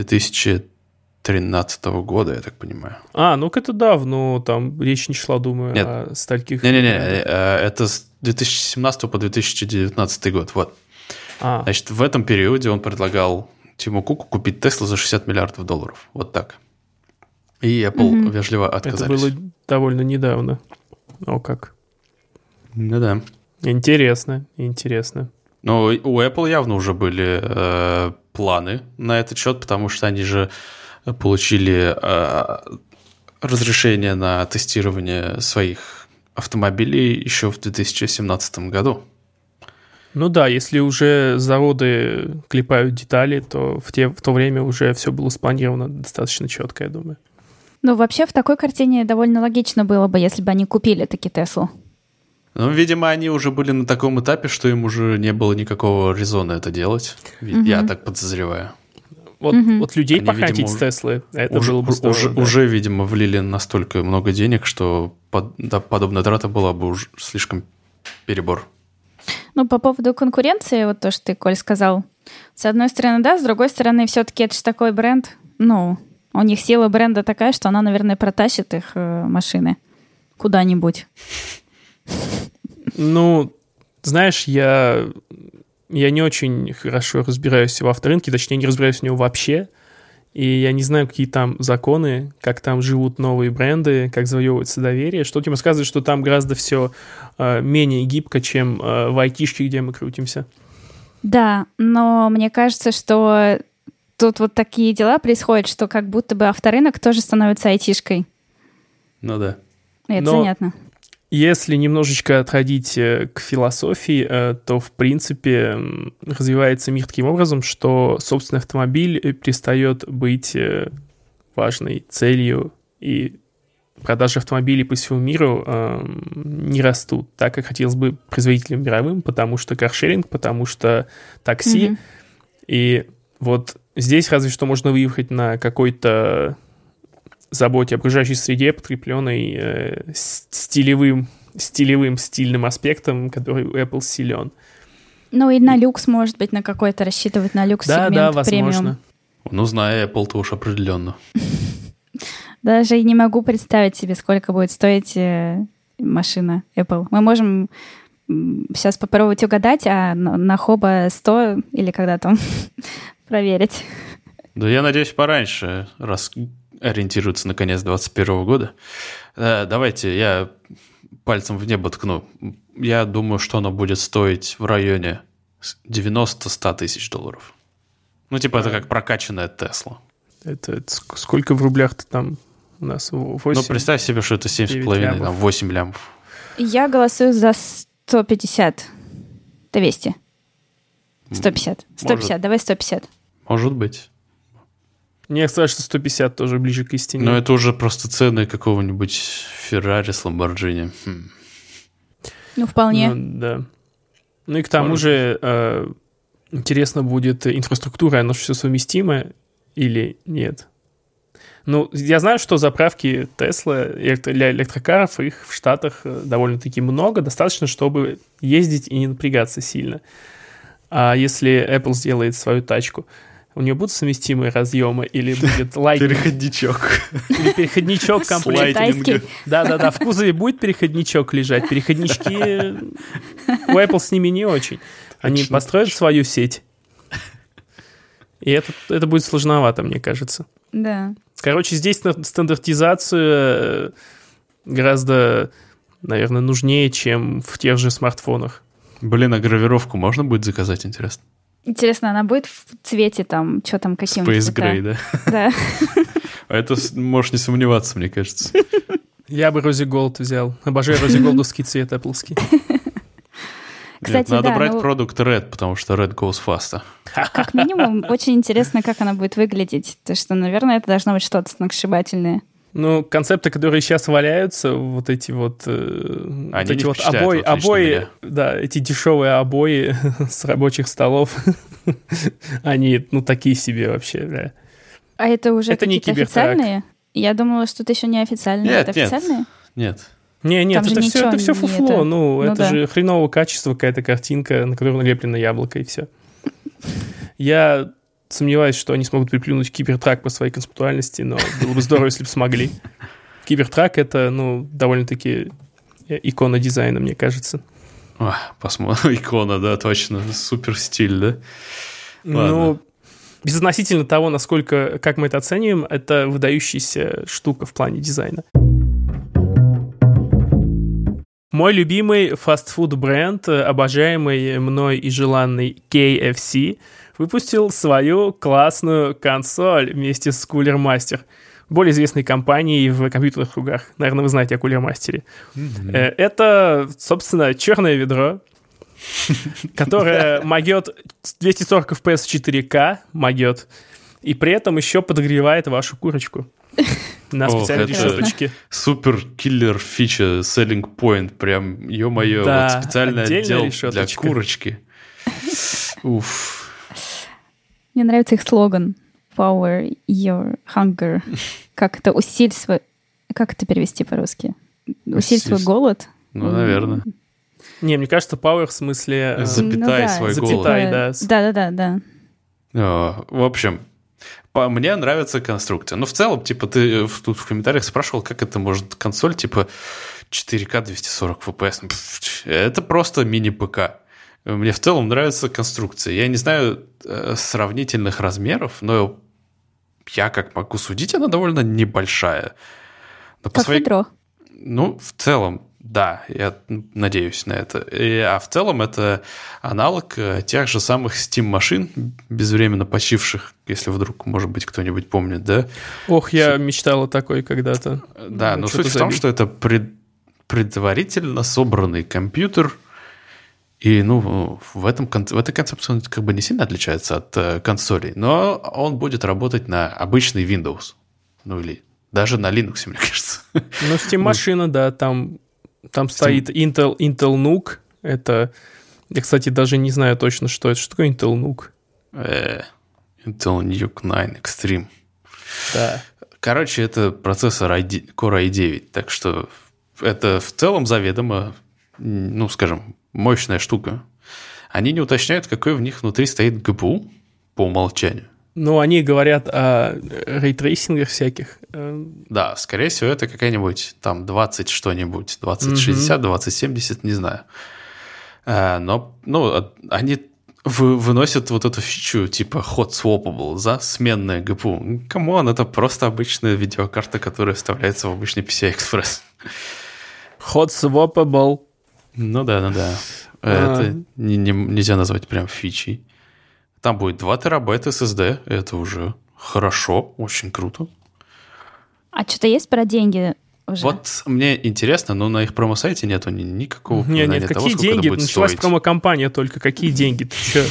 2013 года, я так понимаю. Ну-ка это давно, там речь не шла, думаю, Нет. о стольких... Не-не-не, это с 2017 по 2019 год, вот. Значит, в этом периоде он предлагал Тиму Куку купить Теслу за 60 миллиардов долларов, вот так. И Apple вежливо отказались. Это было довольно недавно. О как. Да-да. Интересно. Но у Apple явно уже были планы на этот счет, потому что они же получили разрешение на тестирование своих автомобилей еще в 2017 году. Ну да, если уже заводы клепают детали, то в то время уже все было спланировано достаточно четко, я думаю. Ну, вообще, в такой картине довольно логично было бы, если бы они купили таки Теслу. Ну, видимо, они уже были на таком этапе, что им уже не было никакого резона это делать. Я так подозреваю. Вот людей похантить с Теслы, это было бы здорово. Уже, видимо, влили настолько много денег, что подобная трата была бы уже слишком перебор. Ну, по поводу конкуренции, вот то, что ты, Коль, сказал. С одной стороны, да, с другой стороны, все-таки это же такой бренд. Ну, у них сила бренда такая, что она, наверное, протащит их машины куда-нибудь. Ну, знаешь, я не очень хорошо разбираюсь в авторынке, точнее, не разбираюсь в него вообще. И я не знаю, какие там законы, как там живут новые бренды, как завоевывается доверие. Что-то мне рассказывает, что там гораздо все менее гибко, чем в айтишке, где мы крутимся. Да, но мне кажется, что тут вот такие дела происходят, что как будто бы авторынок тоже становится айтишкой. Ну да. И это занятно. Если немножечко отходить к философии, то, в принципе, развивается мир таким образом, что собственный автомобиль перестает быть важной целью, и продажи автомобилей по всему миру не растут так, как хотелось бы производителям мировым, потому что каршеринг, потому что такси. И вот здесь разве что можно выехать на какой-то заботе о окружающей среде, подкрепленной стильным аспектом, который у Apple силен. Ну и на люкс, может быть, на какой-то рассчитывать на люкс-сегмент, да, возможно. Премиум. Ну, зная Apple, то уж определенно. Даже и не могу представить себе, сколько будет стоить машина Apple. Мы можем сейчас попробовать угадать, а на Хоба 100 или когда там проверить. Да я надеюсь, пораньше, раз ориентируется на конец 2021 года. Давайте я пальцем в небо ткну. Я думаю, что оно будет стоить в районе 90-100 тысяч долларов. Ну, типа, это как прокачанная Тесла. Это сколько в рублях-то там у нас? 8? Ну, представь себе, что это 7,5, там 8 лямов. Я голосую за 150. 200. 150. 150, давай 150. Может быть. Мне кажется, что 150 тоже ближе к истине. Но это уже просто цены какого-нибудь Феррари с Ламборджини. Ну, вполне. Ну, да. Ну и к тому же интересно будет инфраструктура, она же все совместима или нет? Ну, я знаю, что заправки Tesla для электрокаров, их в Штатах довольно-таки много, достаточно, чтобы ездить и не напрягаться сильно. А если Apple сделает свою тачку, у нее будут совместимые разъемы или будет Lightning? Переходничок. Или переходничок комплектный. Да-да-да, в кузове будет переходничок лежать. Переходнички у Apple с ними не очень. Они построят свою сеть. И это будет сложновато, мне кажется. Да. Короче, здесь стандартизация гораздо, наверное, нужнее, чем в тех же смартфонах. Блин, а гравировку можно будет заказать, интересно? Интересно, она будет в цвете там, что там, каким Space Gray, да? Да. А это можешь не сомневаться, мне кажется. Я бы Rosy Gold взял. Обожаю Rosy Gold'овский цвет Apple'ский. Кстати, надо брать продукт Red, потому что Red goes faster. Как минимум, очень интересно, как она будет выглядеть. То что, наверное, это должно быть что-то сногсшибательное. Ну, концепты, которые сейчас валяются, вот эти вот обои, да, эти дешевые обои с рабочих столов, они, ну, такие себе вообще, да. А это уже какие-то официальные? Я думала, что это еще не официальные. Нет, это официальные? Нет. Нет, это все фуфло. Это же хренового качества какая-то картинка, на которой налеплено яблоко, и все. Я сомневаюсь, что они смогут переплюнуть Кибертрак по своей концептуальности, но было бы здорово, если бы смогли. Кибертрак — это, ну, довольно-таки икона дизайна, мне кажется. Посмотрим. Икона, да, точно. Супер стиль, да? Ну, безотносительно того, насколько, как мы это оцениваем, это выдающаяся штука в плане дизайна. Мой любимый фастфуд-бренд, обожаемый мной и желанный KFC, выпустил свою классную консоль вместе с Cooler Master, более известной компанией в компьютерных кругах. Наверное, вы знаете о Cooler Master. Это, собственно, черное ведро, которое могет 240 FPS в 4К, могет, и при этом еще подогревает вашу курочку. На специальной решеточке. Супер киллер фича, selling point, прям, ё-моё, да, вот специальный отдел решеточка для курочки. Уф. Мне нравится их слоган. power your hunger. Как это? Усиль свой... Как это перевести по-русски? Усиль свой голод? Ну, наверное. Не, мне кажется, power в смысле... Запятай свой голод. Запятай, да. Да. В общем, мне нравится конструкция. Ну, в целом, типа, ты тут в комментариях спрашивал, как это может консоль, типа, 4К 240 FPS. Это просто мини-ПК. Мне в целом нравится конструкция. Я не знаю сравнительных размеров, но я как могу судить, она довольно небольшая. Но как ведро. Ну, в целом, да, я надеюсь на это. А в целом это аналог тех же самых Steam-машин, безвременно почивших, если вдруг, может быть, кто-нибудь помнит, да? Ох, я мечтал о такой когда-то. Да, но суть в том, что это предварительно собранный компьютер. И, ну, в этой концепции он как бы не сильно отличается от консолей, но он будет работать на обычный Windows. Ну, или даже на Linux, мне кажется. Ну, Steam-машина, да, там стоит Intel NUC. Это, я, кстати, даже не знаю точно, что это. Что такое Intel NUC? Intel NUC 9 Extreme. Да. Короче, это процессор Core i9, так что это в целом заведомо, ну, скажем, мощная штука. Они не уточняют, какой в них внутри стоит GPU по умолчанию. Ну, они говорят о рейтрейсингах всяких. Да, скорее всего, это какая-нибудь там 20 что-нибудь, 2060, 2070, не знаю. Но они выносят вот эту фичу типа hot swappable за сменное GPU. Камон, это просто обычная видеокарта, которая вставляется в обычный PCI-Express. Hot swappable. Ну да. Это нельзя назвать прям фичей. Там будет 2 терабайта SSD. Это уже хорошо, очень круто. А что-то есть про деньги уже? Вот мне интересно, но на их промо-сайте нету никакого упоминания Нет, того, какие сколько деньги? это будет Началась стоить. промо-компания только. Какие деньги? Ты что?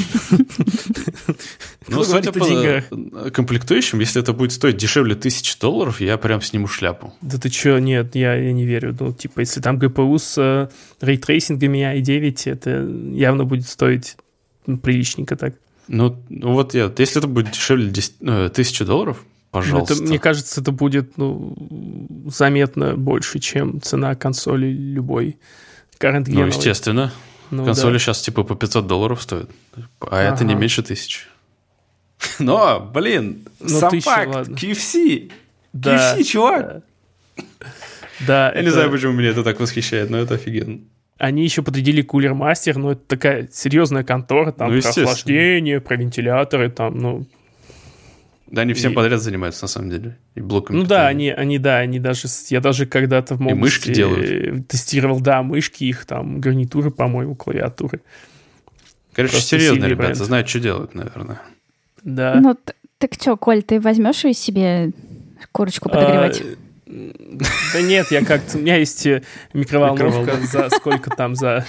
Ну, судя по комплектующим, если это будет стоить дешевле $1000, я прям сниму шляпу. Да ты что? Нет, я не верю. Ну, типа, если там GPU с рейтрейсингами i9, это явно будет стоить приличненько так. Ну вот если это будет дешевле $1000, пожалуйста. Мне кажется, это будет заметно больше, чем цена консоли любой current-геновой. Ну, естественно. Консоли сейчас типа по $500 стоят, а это не меньше 1000. Но, блин, сам факт, KFC. Да, KFC, чувак. Да. Я не знаю, почему меня это так восхищает, но это офигенно. Они еще подредили Cooler Master, но это такая серьезная контора, там про охлаждение, про вентиляторы, там, Да, они всем подряд занимаются, на самом деле. И блоками. Ну да, они даже... Я даже когда-то в молодости... И мышки делают. Тестировал, да, мышки, их там, гарнитуры, по-моему, клавиатуры. Короче, просто серьезно, ребята, знают, что делают, наверное. Да. Ну, так что, Коль, ты возьмешь и себе курочку подогревать? Да нет, у меня есть микроволновка за сколько там, за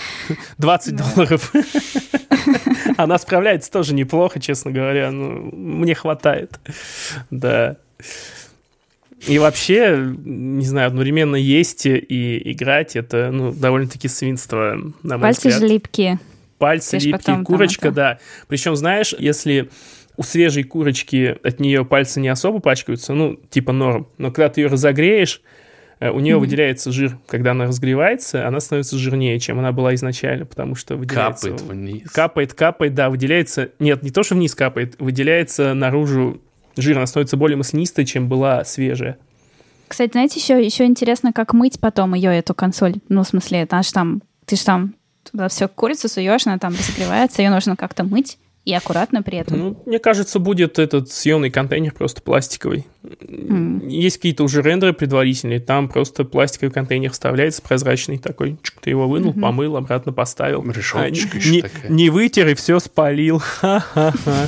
$20. Она справляется тоже неплохо, честно говоря. Мне хватает. Да. И вообще, не знаю, одновременно есть и играть, это довольно-таки свинство, на мой взгляд. Пальцы же липкие. Пальцы липкие, курочка, да. Причем, знаешь, если... У свежей курочки от нее пальцы не особо пачкаются, типа норм. Но когда ты ее разогреешь, у нее выделяется жир. Когда она разогревается, она становится жирнее, чем она была изначально, потому что выделяется... Капает вниз. Капает, да, выделяется... Нет, не то, что вниз капает, выделяется наружу жир. Она становится более маслянистой, чем была свежая. Кстати, знаете, еще интересно, как мыть потом ее, эту консоль. Ну, в смысле, ты же там туда все курицу суешь, она там разогревается, ее нужно как-то мыть. И аккуратно при этом. Мне кажется, будет этот съемный контейнер просто пластиковый. Есть какие-то уже рендеры предварительные, там просто пластиковый контейнер вставляется, прозрачный такой. Ты его вынул, помыл, обратно поставил. Решеточка еще такая. Не вытер и все спалил. Ха-ха-ха.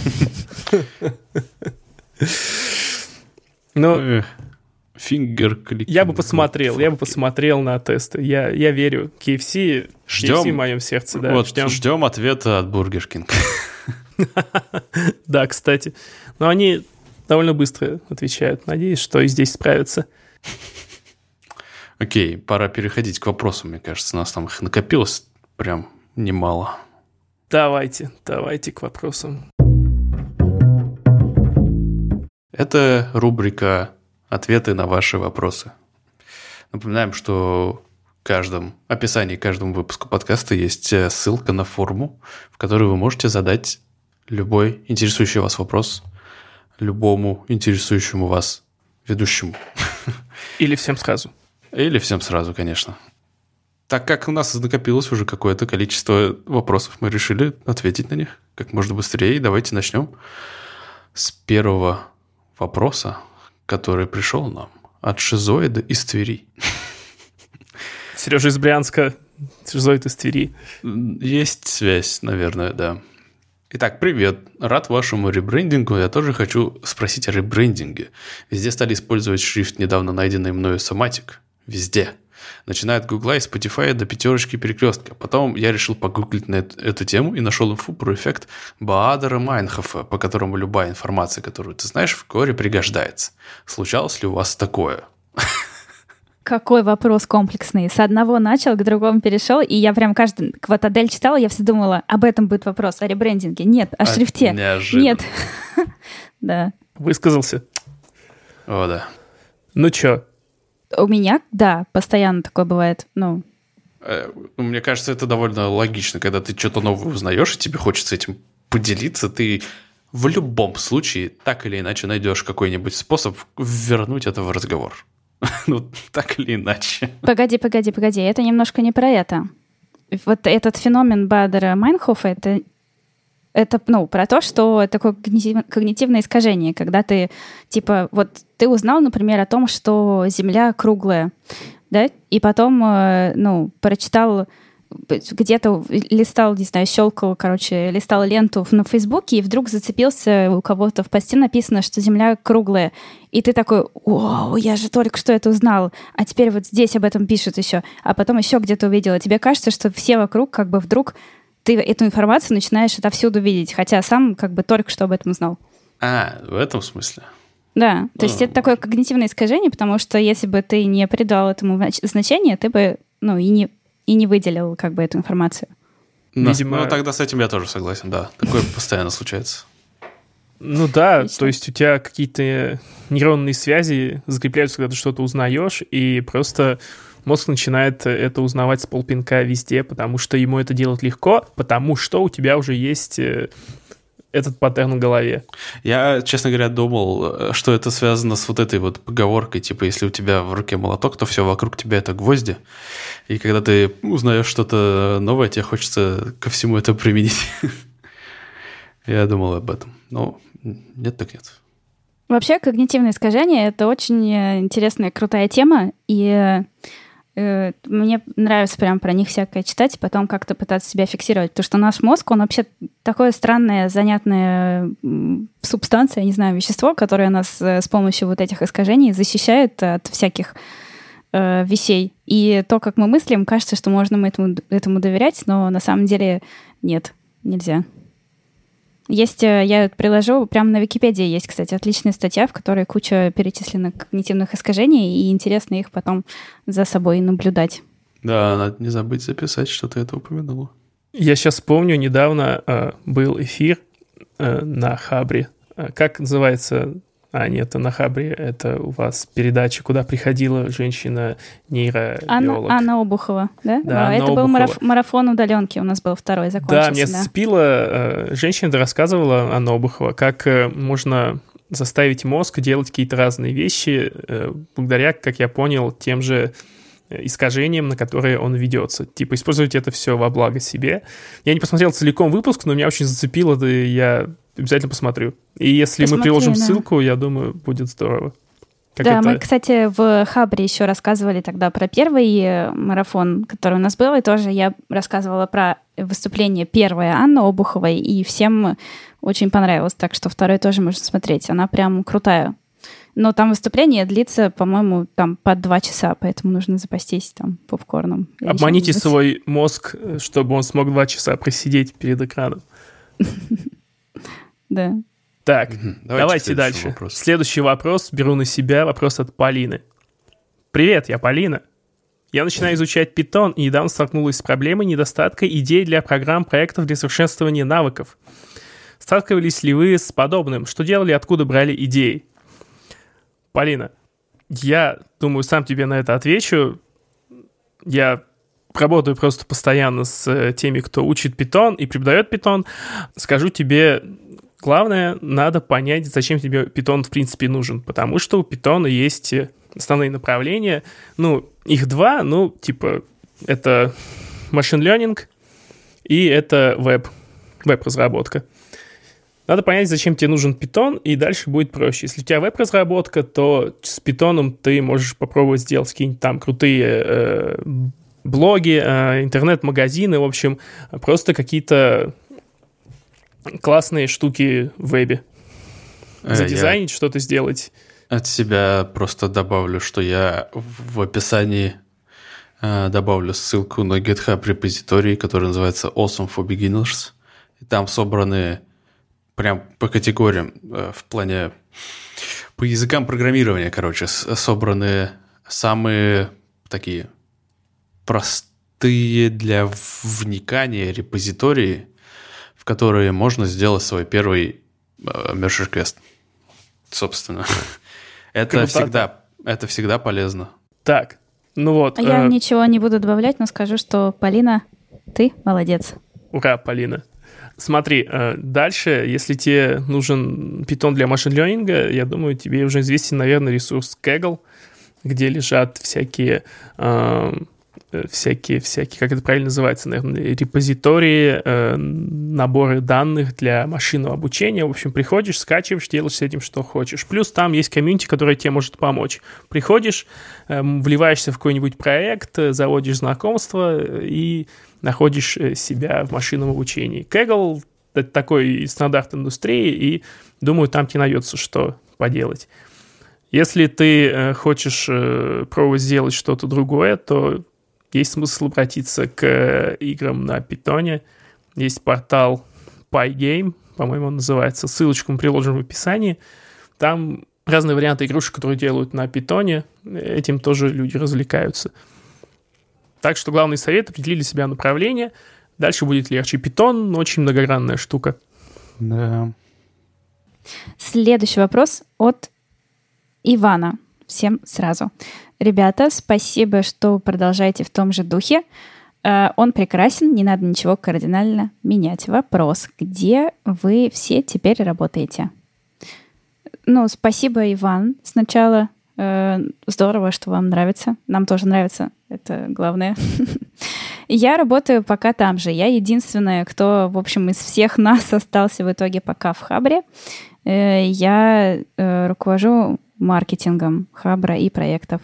Фингер-клик. Я бы посмотрел на тесты. Я верю. KFC в моем сердце. Да, ждем ответа от Burger King. Да, кстати. Но они довольно быстро отвечают. Надеюсь, что и здесь справятся. Окей, пора переходить к вопросам, мне кажется. У нас там их накопилось прям немало. Давайте к вопросам. Это рубрика «Ответы на ваши вопросы». Напоминаем, что в каждом описании к каждому выпуску подкаста есть ссылка на форму, в которой вы можете задать любой интересующий вас вопрос любому интересующему вас ведущему. Или всем сразу. Или всем сразу, конечно. Так как у нас накопилось уже какое-то количество вопросов, мы решили ответить на них как можно быстрее. Давайте начнем с первого вопроса, который пришел нам от шизоида из Твери. Сережа из Брянска, шизоид из Твери. Есть связь, наверное, да. Итак, привет. Рад вашему ребрендингу. Я тоже хочу спросить о ребрендинге. Везде стали использовать шрифт, недавно найденный мною Соматик. Везде. Начиная от Гугла и Spotify до пятерочки перекрестка. Потом я решил погуглить на эту тему и нашел инфу про эффект Баадера-Майнхофа, по которому любая информация, которую ты знаешь, в коре пригождается. Случалось ли у вас такое? Какой вопрос комплексный. С одного начал, к другому перешел, и я прям каждый... Вот Адель читала, я все думала, об этом будет вопрос, о ребрендинге. Нет, о шрифте. Неожиданно. Нет. Да. Высказался. О, да. Ну чё? У меня, да, постоянно такое бывает. Мне кажется, это довольно логично, когда ты что-то новое узнаешь, и тебе хочется этим поделиться, ты в любом случае так или иначе найдешь какой-нибудь способ вернуть это в разговор. Ну, так или иначе. Погоди, это немножко не про это. Вот этот феномен Баадера-Майнхофа, это про то, что такое когнитивное искажение, когда ты, вот ты узнал, например, о том, что Земля круглая, да, и потом, прочитал, где-то листал, не знаю, листал ленту на Фейсбуке, и вдруг зацепился, у кого-то в посте написано, что Земля круглая. И ты такой: вау, я же только что это узнал, а теперь вот здесь об этом пишут еще, а потом еще где-то увидела. Тебе кажется, что все вокруг как бы вдруг ты эту информацию начинаешь отовсюду видеть, хотя сам как бы только что об этом узнал. В этом смысле? Да, то есть это такое когнитивное искажение, потому что если бы ты не придал этому значения, ты бы, и не выделил как бы эту информацию. Видимо... тогда с этим я тоже согласен, да. Такое постоянно случается. Ну да, отлично. То есть у тебя какие-то нейронные связи закрепляются, когда ты что-то узнаешь, и просто мозг начинает это узнавать с полпинка везде, потому что ему это делать легко, потому что у тебя уже есть этот паттерн в голове. Я, честно говоря, думал, что это связано с вот этой вот поговоркой, типа, если у тебя в руке молоток, то все вокруг тебя это гвозди. И когда ты узнаешь что-то новое, тебе хочется ко всему это применить. Я думал об этом. Но нет так нет. Вообще, когнитивное искажение — это очень интересная, крутая тема, и мне нравится прям про них всякое читать и потом как-то пытаться себя фиксировать, потому что наш мозг, он вообще такое странное, занятная субстанция, я не знаю, вещество, которое нас с помощью вот этих искажений защищает от всяких вещей. И то, как мы мыслим, кажется, что можно этому доверять, но на самом деле нет, нельзя. Есть, я приложу, прямо на Википедии есть, кстати, отличная статья, в которой куча перечисленных когнитивных искажений, и интересно их потом за собой наблюдать. Да, надо не забыть записать, что ты это упомянула. Я сейчас помню, недавно был эфир на Хабре. Как называется? Нет, на Хабре это у вас передача, куда приходила женщина-нейробиолог. Анна Обухова, да? Да, это Анна был Обухова. Марафон удаленки, у нас был второй, закончился. Да, меня зацепила женщина, рассказывала, Анна Обухова, как можно заставить мозг делать какие-то разные вещи, благодаря, как я понял, тем же искажениям, на которые он ведется. Типа, использовать это все во благо себе. Я не посмотрел целиком выпуск, но меня очень зацепило, да и я обязательно посмотрю. И если мы приложим ссылку, я думаю, будет здорово. Мы, кстати, в Хабре еще рассказывали тогда про первый марафон, который у нас был, и тоже я рассказывала про выступление первое Анны Обуховой, и всем очень понравилось, так что второй тоже можно смотреть. Она прям крутая. Но там выступление длится, по-моему, там по 2 часа, поэтому нужно запастись там попкорном. Обманите свой мозг, чтобы он смог 2 часа просидеть перед экраном. Да. Так, давайте дальше. Следующий вопрос беру на себя. Вопрос от Полины. Привет, я Полина. Я начинаю изучать Python и недавно столкнулась с проблемой недостатка идей для программ, проектов для совершенствования навыков. Сталкивались ли вы с подобным? Что делали, откуда брали идеи? Полина, я думаю, сам тебе на это отвечу. Я работаю просто постоянно с теми, кто учит Python и преподает Python. Скажу тебе, главное, надо понять, зачем тебе Python в принципе нужен. Потому что у Python есть основные направления. Их два, это machine learning и это веб-разработка. Надо понять, зачем тебе нужен Python, и дальше будет проще. Если у тебя веб-разработка, то с Python ты можешь попробовать сделать какие-нибудь там крутые блоги, интернет-магазины, в общем, просто какие-то классные штуки в вебе. Задизайнить, что-то сделать. От себя просто добавлю, что я в описании добавлю ссылку на GitHub репозиторий, который называется Awesome for Beginners. И там собраны прям по категориям, в плане по языкам программирования, собраны самые такие простые для вникания репозитории, в которые можно сделать свой первый merge request. Собственно. Это всегда полезно. Так, Я ничего не буду добавлять, но скажу, что, Полина, ты молодец. Ура, Полина. Смотри, дальше, если тебе нужен Python для машин-лернинга, я думаю, тебе уже известен, наверное, ресурс Kaggle, где лежат всякие, как это правильно называется, наверное, репозитории, наборы данных для машинного обучения. В общем, приходишь, скачиваешь, делаешь с этим, что хочешь. Плюс там есть комьюнити, которое тебе может помочь. Приходишь, вливаешься в какой-нибудь проект, заводишь знакомства и находишь себя в машинном обучении. Kaggle — это такой стандарт индустрии, и, думаю, там тебе найдется, что поделать. Если ты хочешь пробовать сделать что-то другое, то есть смысл обратиться к играм на Python. Есть портал Pygame, по-моему, он называется. Ссылочку мы приложим в описании. Там разные варианты игрушек, которые делают на Python. Этим тоже люди развлекаются. Так что главный совет — определи для себя направление. Дальше будет легче. Python — очень многогранная штука. Да. Следующий вопрос от Ивана. Всем сразу. Ребята, спасибо, что продолжаете в том же духе. Он прекрасен, не надо ничего кардинально менять. Вопрос: где вы все теперь работаете? Спасибо, Иван, сначала. Здорово, что вам нравится. Нам тоже нравится. Это главное. Я работаю пока там же. Я единственная, кто, в общем, из всех нас остался в итоге пока в Хабре. Я руковожу маркетингом Хабра и проектов.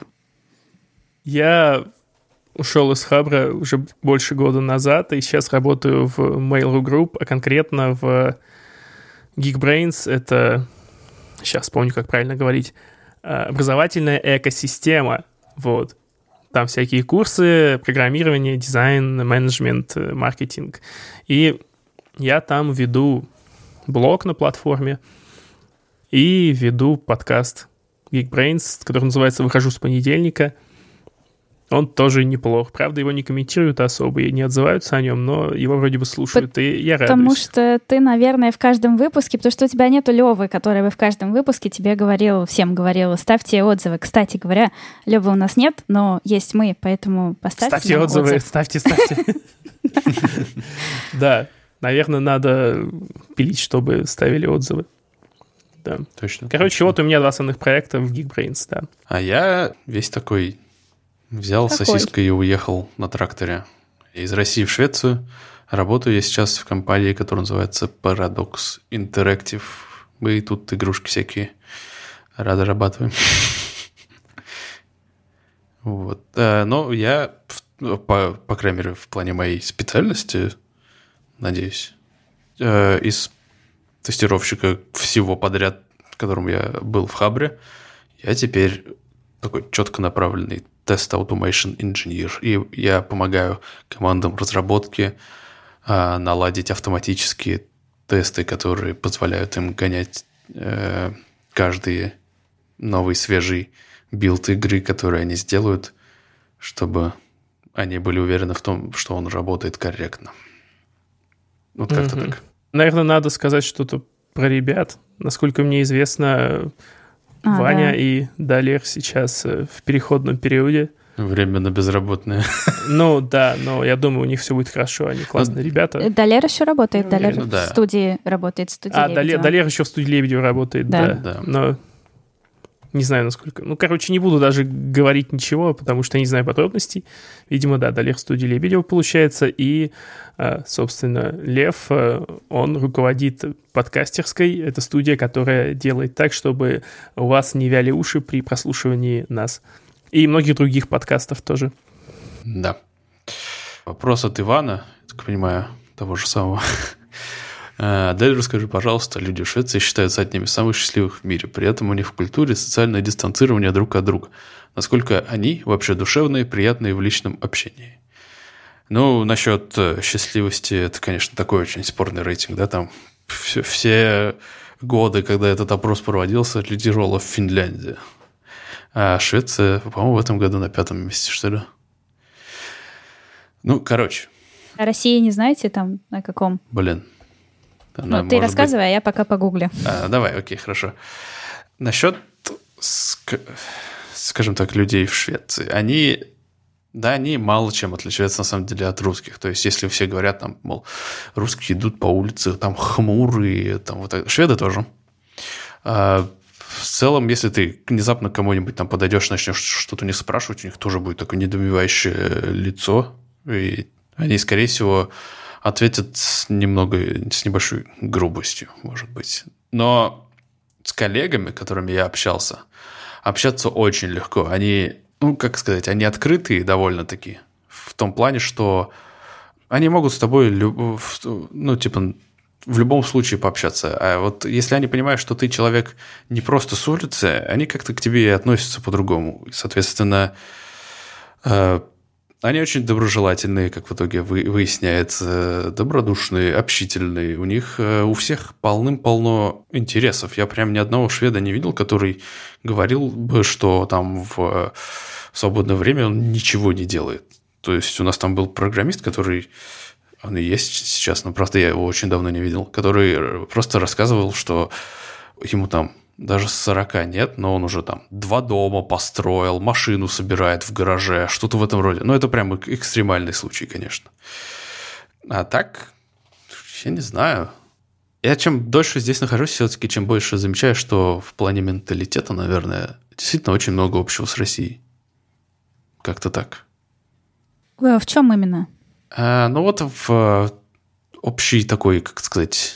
Я ушел из Хабра уже больше года назад, и сейчас работаю в Mail.ru Group, а конкретно в Geekbrains. Это, сейчас помню, как правильно говорить, образовательная экосистема. Вот. Там всякие курсы, программирование, дизайн, менеджмент, маркетинг. И я там веду блог на платформе и веду подкаст Geekbrains, который называется «Выхожу с понедельника». Он тоже неплох. Правда, его не комментируют особо и не отзываются о нем, но его вроде бы слушают, и я радуюсь. Потому что ты, наверное, в каждом выпуске, потому что у тебя нету Лёвы, который бы в каждом выпуске тебе всем говорил, ставьте отзывы. Кстати говоря, Лёвы у нас нет, но есть мы, поэтому поставьте ставьте отзывы. Ставьте. Да, наверное, надо пилить, чтобы ставили отзывы. Да. Точно. Короче, вот у меня 2 основных проекта в Geekbrains, да. А я весь такой взял сосиской и уехал на тракторе из России в Швецию. Работаю я сейчас в компании, которая называется Paradox Interactive. Мы тут игрушки всякие разрабатываем. Вот. Но я, по крайней мере, в плане моей специальности, надеюсь, из тестировщика всего подряд, которым я был в Хабре, я теперь такой четко направленный Test Automation Engineer. И я помогаю командам разработки наладить автоматические тесты, которые позволяют им гонять каждый новый свежий билд игры, который они сделают, чтобы они были уверены в том, что он работает корректно. Вот как-то так. Наверное, надо сказать что-то про ребят. Насколько мне известно, Ваня и Далер сейчас в переходном периоде. Временно безработные. Ну да, но я думаю, у них все будет хорошо, они классные ребята. Далер еще работает, Далер в студии работает, в студии Лебедева. Далер еще в студии Лебедева работает, да. Но не знаю, насколько... Ну, короче, не буду даже говорить ничего, потому что я не знаю подробностей. Видимо, да, Далер в студии Лебедева получается, и, собственно, Лев, он руководит подкастерской. Это студия, которая делает так, чтобы у вас не вяли уши при прослушивании нас. И многих других подкастов тоже. Да. Вопрос от Ивана, я так понимаю, того же самого. Далее расскажи, пожалуйста, люди в Швеции считаются одними из самых счастливых в мире. При этом у них в культуре социальное дистанцирование друг от друга. Насколько они вообще душевные, приятные в личном общении? Ну, насчет счастливости, это, конечно, такой очень спорный рейтинг. Да? Там все годы, когда этот опрос проводился, лидировала Финляндия. А Швеция, по-моему, в этом году на 5-м месте, что ли? Ну, короче. А России не знаете там на каком? Блин. Ну, ты рассказывай, а я пока погуглю. Давай, окей, хорошо. Насчет, скажем так, людей в Швеции. Они мало чем отличаются, на самом деле, от русских. То есть, если все говорят, там, мол, русские идут по улице, там, хмурые, там, вот так. Шведы тоже. В целом, если ты внезапно к кому-нибудь там подойдешь, начнешь что-то у них спрашивать, у них тоже будет такое недоумевающее лицо, и они, скорее всего, ответят с небольшой грубостью, может быть. Но с коллегами, с которыми я общаться очень легко. Они, они открытые довольно-таки, в том плане, что они могут с тобой, в любом случае пообщаться. А вот если они понимают, что ты человек не просто с улицы, они как-то к тебе и относятся по-другому. И, соответственно, они очень доброжелательные, как в итоге выясняется, добродушные, общительные. У них у всех полным-полно интересов. Я прям ни одного шведа не видел, который говорил бы, что там в свободное время он ничего не делает. То есть у нас там был программист, который... Он и есть сейчас, но, правда, я его очень давно не видел, который просто рассказывал, что ему там даже 40 нет, но он уже там 2 дома построил, машину собирает в гараже, что-то в этом роде. Ну, это прям экстремальный случай, конечно. А так, я не знаю. Я чем дольше здесь нахожусь, все-таки чем больше замечаю, что в плане менталитета, наверное, действительно очень много общего с Россией. Как-то так. В чем именно? Ну вот в общий такой, как сказать,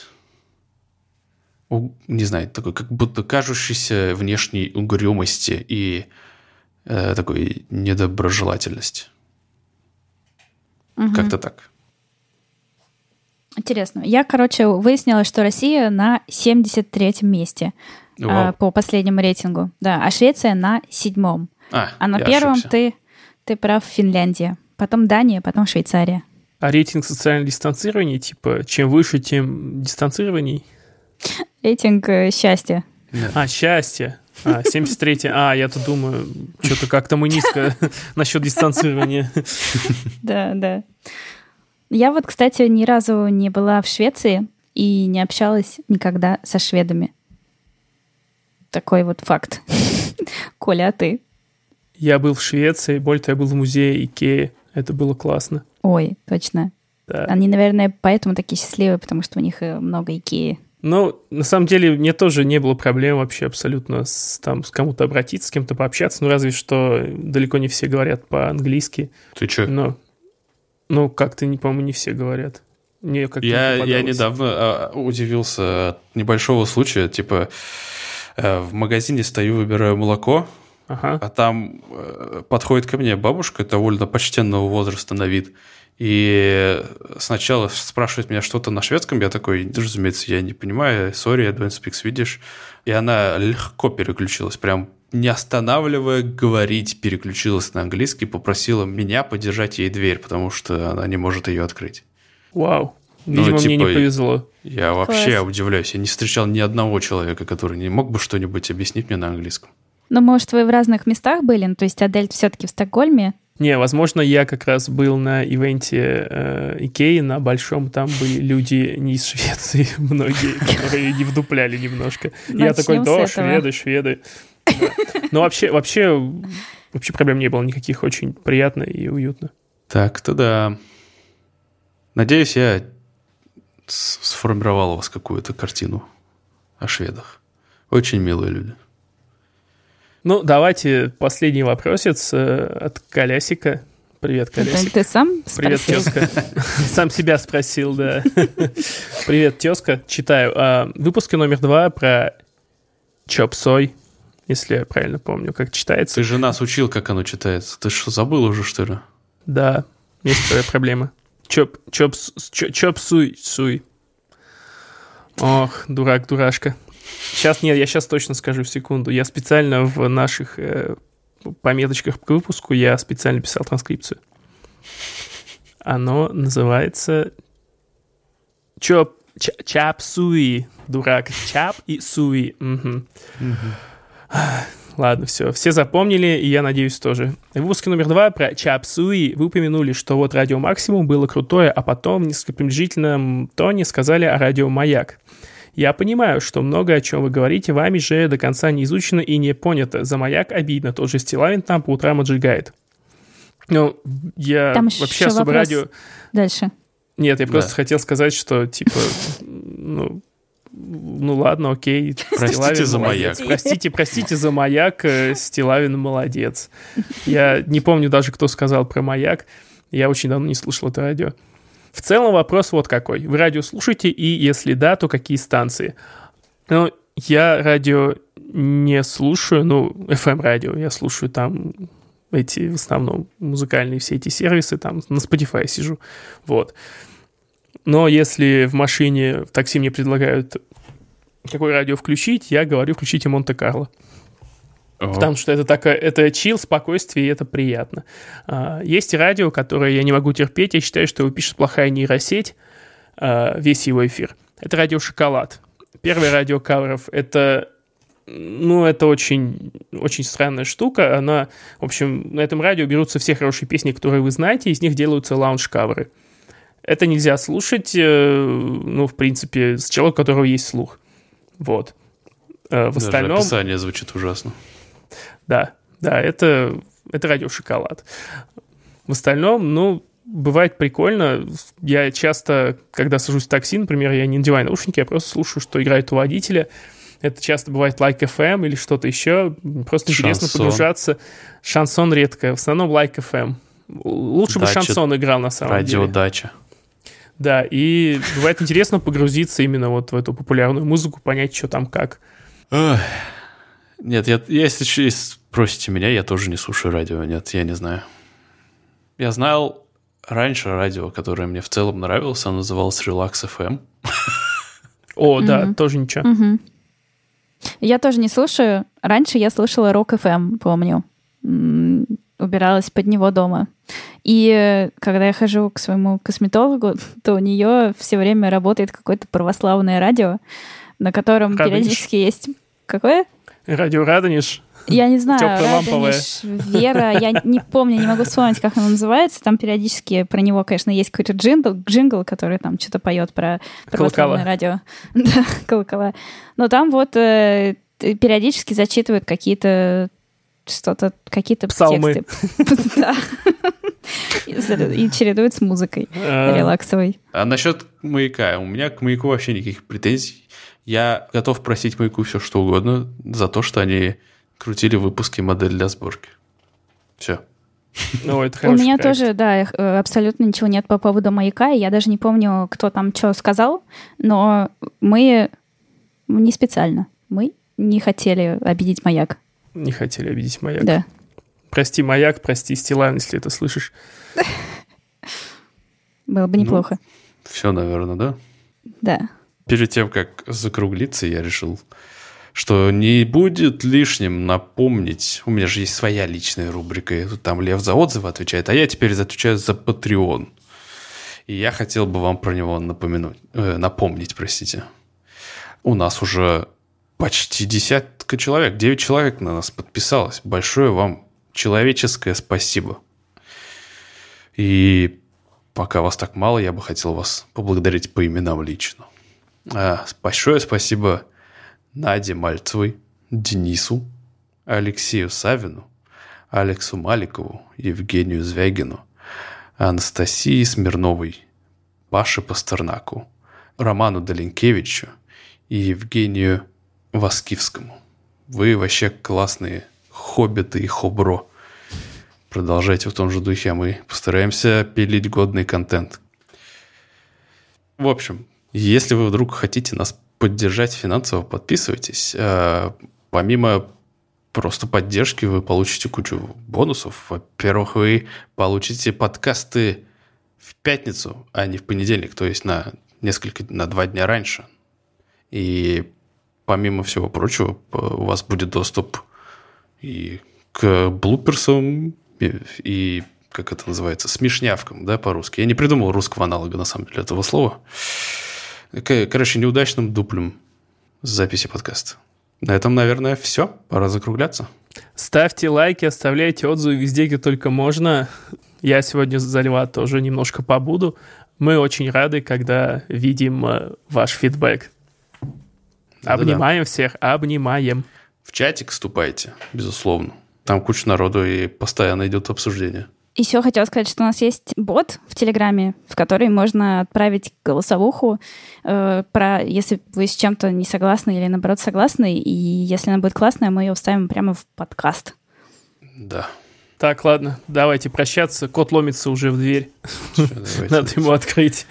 не знаю, такой как будто кажущейся внешней угрюмости и такой недоброжелательности. Угу. Как-то так. Интересно. Я, выяснила, что Россия на 73-м месте по последнему рейтингу. Да, а Швеция на 7-м. А на 1-м ты прав, Финляндия. Потом Дания, потом Швейцария. А рейтинг социального дистанцирования, типа, чем выше, тем дистанцированней? Рейтинг счастья. Счастье. 73-й. Я-то думаю, что-то как-то мы низко насчет дистанцирования. Да. Я вот, кстати, ни разу не была в Швеции и не общалась никогда со шведами. Такой вот факт. Коля, а ты? Я был в Швеции, более того, я был в музее Икеи. Это было классно. Ой, точно. Да. Они, наверное, поэтому такие счастливые, потому что у них много Икеи. Ну, на самом деле, мне тоже не было проблем вообще абсолютно с кому-то обратиться, с кем-то пообщаться. Ну, разве что далеко не все говорят по-английски. Ты чё? Ну, как-то, по-моему, не все говорят. Я недавно удивился от небольшого случая. Типа, в магазине стою, выбираю молоко, а там подходит ко мне бабушка довольно почтенного возраста на вид. И сначала спрашивает меня что-то на шведском. Я такой, разумеется, я не понимаю. Sorry, I don't speak Swedish. И она легко переключилась, прям не останавливая говорить, переключилась на английский, попросила меня подержать ей дверь, потому что она не может ее открыть. Вау. Видимо, мне не повезло. Я вообще удивляюсь. Я не встречал ни одного человека, который не мог бы что-нибудь объяснить мне на английском. Ну, может, вы в разных местах были? То есть Адель все-таки в Стокгольме? Не, возможно, я как раз был на ивенте Икеи, на большом, там были люди не из Швеции, многие, которые не вдупляли немножко. Я такой, да, шведы. Но вообще проблем не было никаких, очень приятно и уютно. Так-то да. Надеюсь, я сформировал у вас какую-то картину о шведах. Очень милые люди. Ну, давайте последний вопросец от Колясика. Привет, Колясик. Ты сам спросил? Привет, тезка. Сам себя спросил, да. Привет, тезка. Читаю. Выпуск номер 2 про чоп-сой, если я правильно помню, как читается. Ты же нас учил, как оно читается. Ты что, забыл уже, что ли? Да, есть твоя проблема. Чоп-суй. Ох, дурак-дурашка. Сейчас нет, я сейчас точно скажу, в секунду. Я специально в наших пометочках к выпуску я специально писал транскрипцию. Оно называется чап-суи. Дурак. Чап и суи. Угу. Ладно, все запомнили, и я надеюсь тоже. В выпуске номер 2 про чап-суи вы упомянули, что вот Радио Максимум было крутое, а потом в несколько приближительном тоне сказали о Радио Маяк. Я понимаю, что много о чем вы говорите, вами же до конца не изучено и не понято. За Маяк обидно, тот же Стилавин там по утрам отжигает. Ну, я там вообще особо радио... Дальше. Нет, я просто хотел сказать, что, типа, ну ладно, окей. Простите за Маяк. Простите за Маяк, Стилавин молодец. Я не помню даже, кто сказал про Маяк. Я очень давно не слушал это радио. В целом вопрос вот какой. Вы радио слушаете, и если да, то какие станции? Ну, я радио не слушаю, FM-радио. Я слушаю там эти, в основном, музыкальные все эти сервисы, там на Spotify сижу. Вот. Но если в машине, в такси мне предлагают какое радио включить, я говорю, включите Монте-Карло. Потому что это чил, спокойствие, и это приятно. Есть радио, которое я не могу терпеть. Я считаю, что его пишет плохая нейросеть, весь его эфир. Это радио «Шоколад». Первое радио каверов — это очень, очень странная штука. Она, в общем, на этом радио берутся все хорошие песни, которые вы знаете, из них делаются лаунж-каверы. Это нельзя слушать, в принципе, с человеком, у которого есть слух. Вот. В остальном... Даже описание звучит ужасно. Да, это радио «Шоколад». В остальном, бывает прикольно. Я часто, когда сажусь в такси, например, я не надеваю наушники, я просто слушаю, что играет у водителя. Это часто бывает Like FM или что-то еще. Просто интересно погружаться. Шансон редко. В основном Like FM. Лучше бы шансон играл на самом деле. Радио Дача. Да, и бывает интересно погрузиться именно вот в эту популярную музыку, понять, что там как. Нет, если спросите меня, я тоже не слушаю радио. Нет, я не знаю. Я знал раньше радио, которое мне в целом нравилось, оно называлось Relax FM. О, да, тоже ничего. Я тоже не слушаю. Раньше я слушала Rock FM, помню. Убиралась под него дома. И когда я хожу к своему косметологу, то у нее все время работает какое-то православное радио, на котором периодически есть... Какое? Радио Радонеж? Я не знаю. Радонеж, Вера, я не помню, не могу вспомнить, как оно называется. Там периодически про него, конечно, есть какой-то джингл, который там что-то поет про православное радио. Да, колокола. Но там вот периодически зачитывают какие-то псалмы. Тексты. Да. И чередуют с музыкой релаксовой. А насчет Маяка. У меня к Маяку вообще никаких претензий. Я готов просить Маяку все, что угодно за то, что они крутили выпуски «Модель для сборки». Все. У меня тоже, да, абсолютно ничего нет по поводу Маяка. Я даже не помню, кто там что сказал, но мы не специально. Мы не хотели обидеть Маяк. Не хотели обидеть Маяк. Да. Прости, Маяк, прости, Стилавин, если это слышишь. Было бы неплохо. Все, наверное, да? Да. Перед тем, как закруглиться, я решил, что не будет лишним напомнить. У меня же есть своя личная рубрика. Там Лев за отзывы отвечает, а я теперь отвечаю за Patreon. И я хотел бы вам про него напомнить, простите. У нас уже почти 10 человек, 9 человек на нас подписалось. Большое вам человеческое спасибо. И пока вас так мало, я бы хотел вас поблагодарить по именам лично. Большое спасибо Наде Мальцевой, Денису, Алексею Савину, Алексу Маликову, Евгению Звягину, Анастасии Смирновой, Паше Пастернаку, Роману Долинкевичу и Евгению Воскивскому. Вы вообще классные хоббиты и хобро. Продолжайте в том же духе, а мы постараемся пилить годный контент. В общем, если вы вдруг хотите нас поддержать финансово, подписывайтесь. Помимо просто поддержки вы получите кучу бонусов. Во-первых, вы получите подкасты в пятницу, а не в понедельник, то есть на 2 дня раньше. И помимо всего прочего, у вас будет доступ и к блуперсам, и как это называется, смешнявкам, да, по-русски. Я не придумал русского аналога, на самом деле, этого слова. Короче, неудачным дуплем записи подкаста. На этом, наверное, все. Пора закругляться. Ставьте лайки, оставляйте отзывы везде, где только можно. Я сегодня за Льва тоже немножко побуду. Мы очень рады, когда видим ваш фидбэк. Обнимаем всех, обнимаем. В чатик вступайте, безусловно. Там куча народу, и постоянно идет обсуждение. Еще хотела сказать, что у нас есть бот в Телеграме, в который можно отправить голосовуху, если вы с чем-то не согласны или, наоборот, согласны. И если она будет классная, мы ее вставим прямо в подкаст. Да. Так, ладно, давайте прощаться. Кот ломится уже в дверь. Надо ему открыть.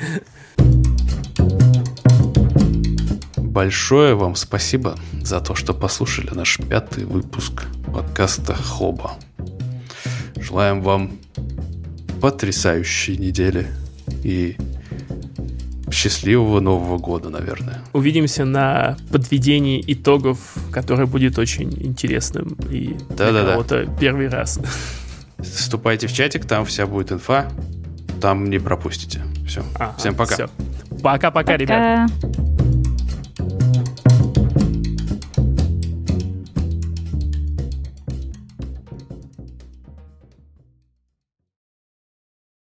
Большое вам спасибо за то, что послушали наш 5-й выпуск подкаста «Хоба». Желаем вам потрясающей недели и счастливого Нового года, наверное. Увидимся на подведении итогов, которое будет очень интересным и для кого-то первый раз. Вступайте в чатик, там вся будет инфа, там не пропустите. Все. Всем пока. Все. Пока-пока, ребят.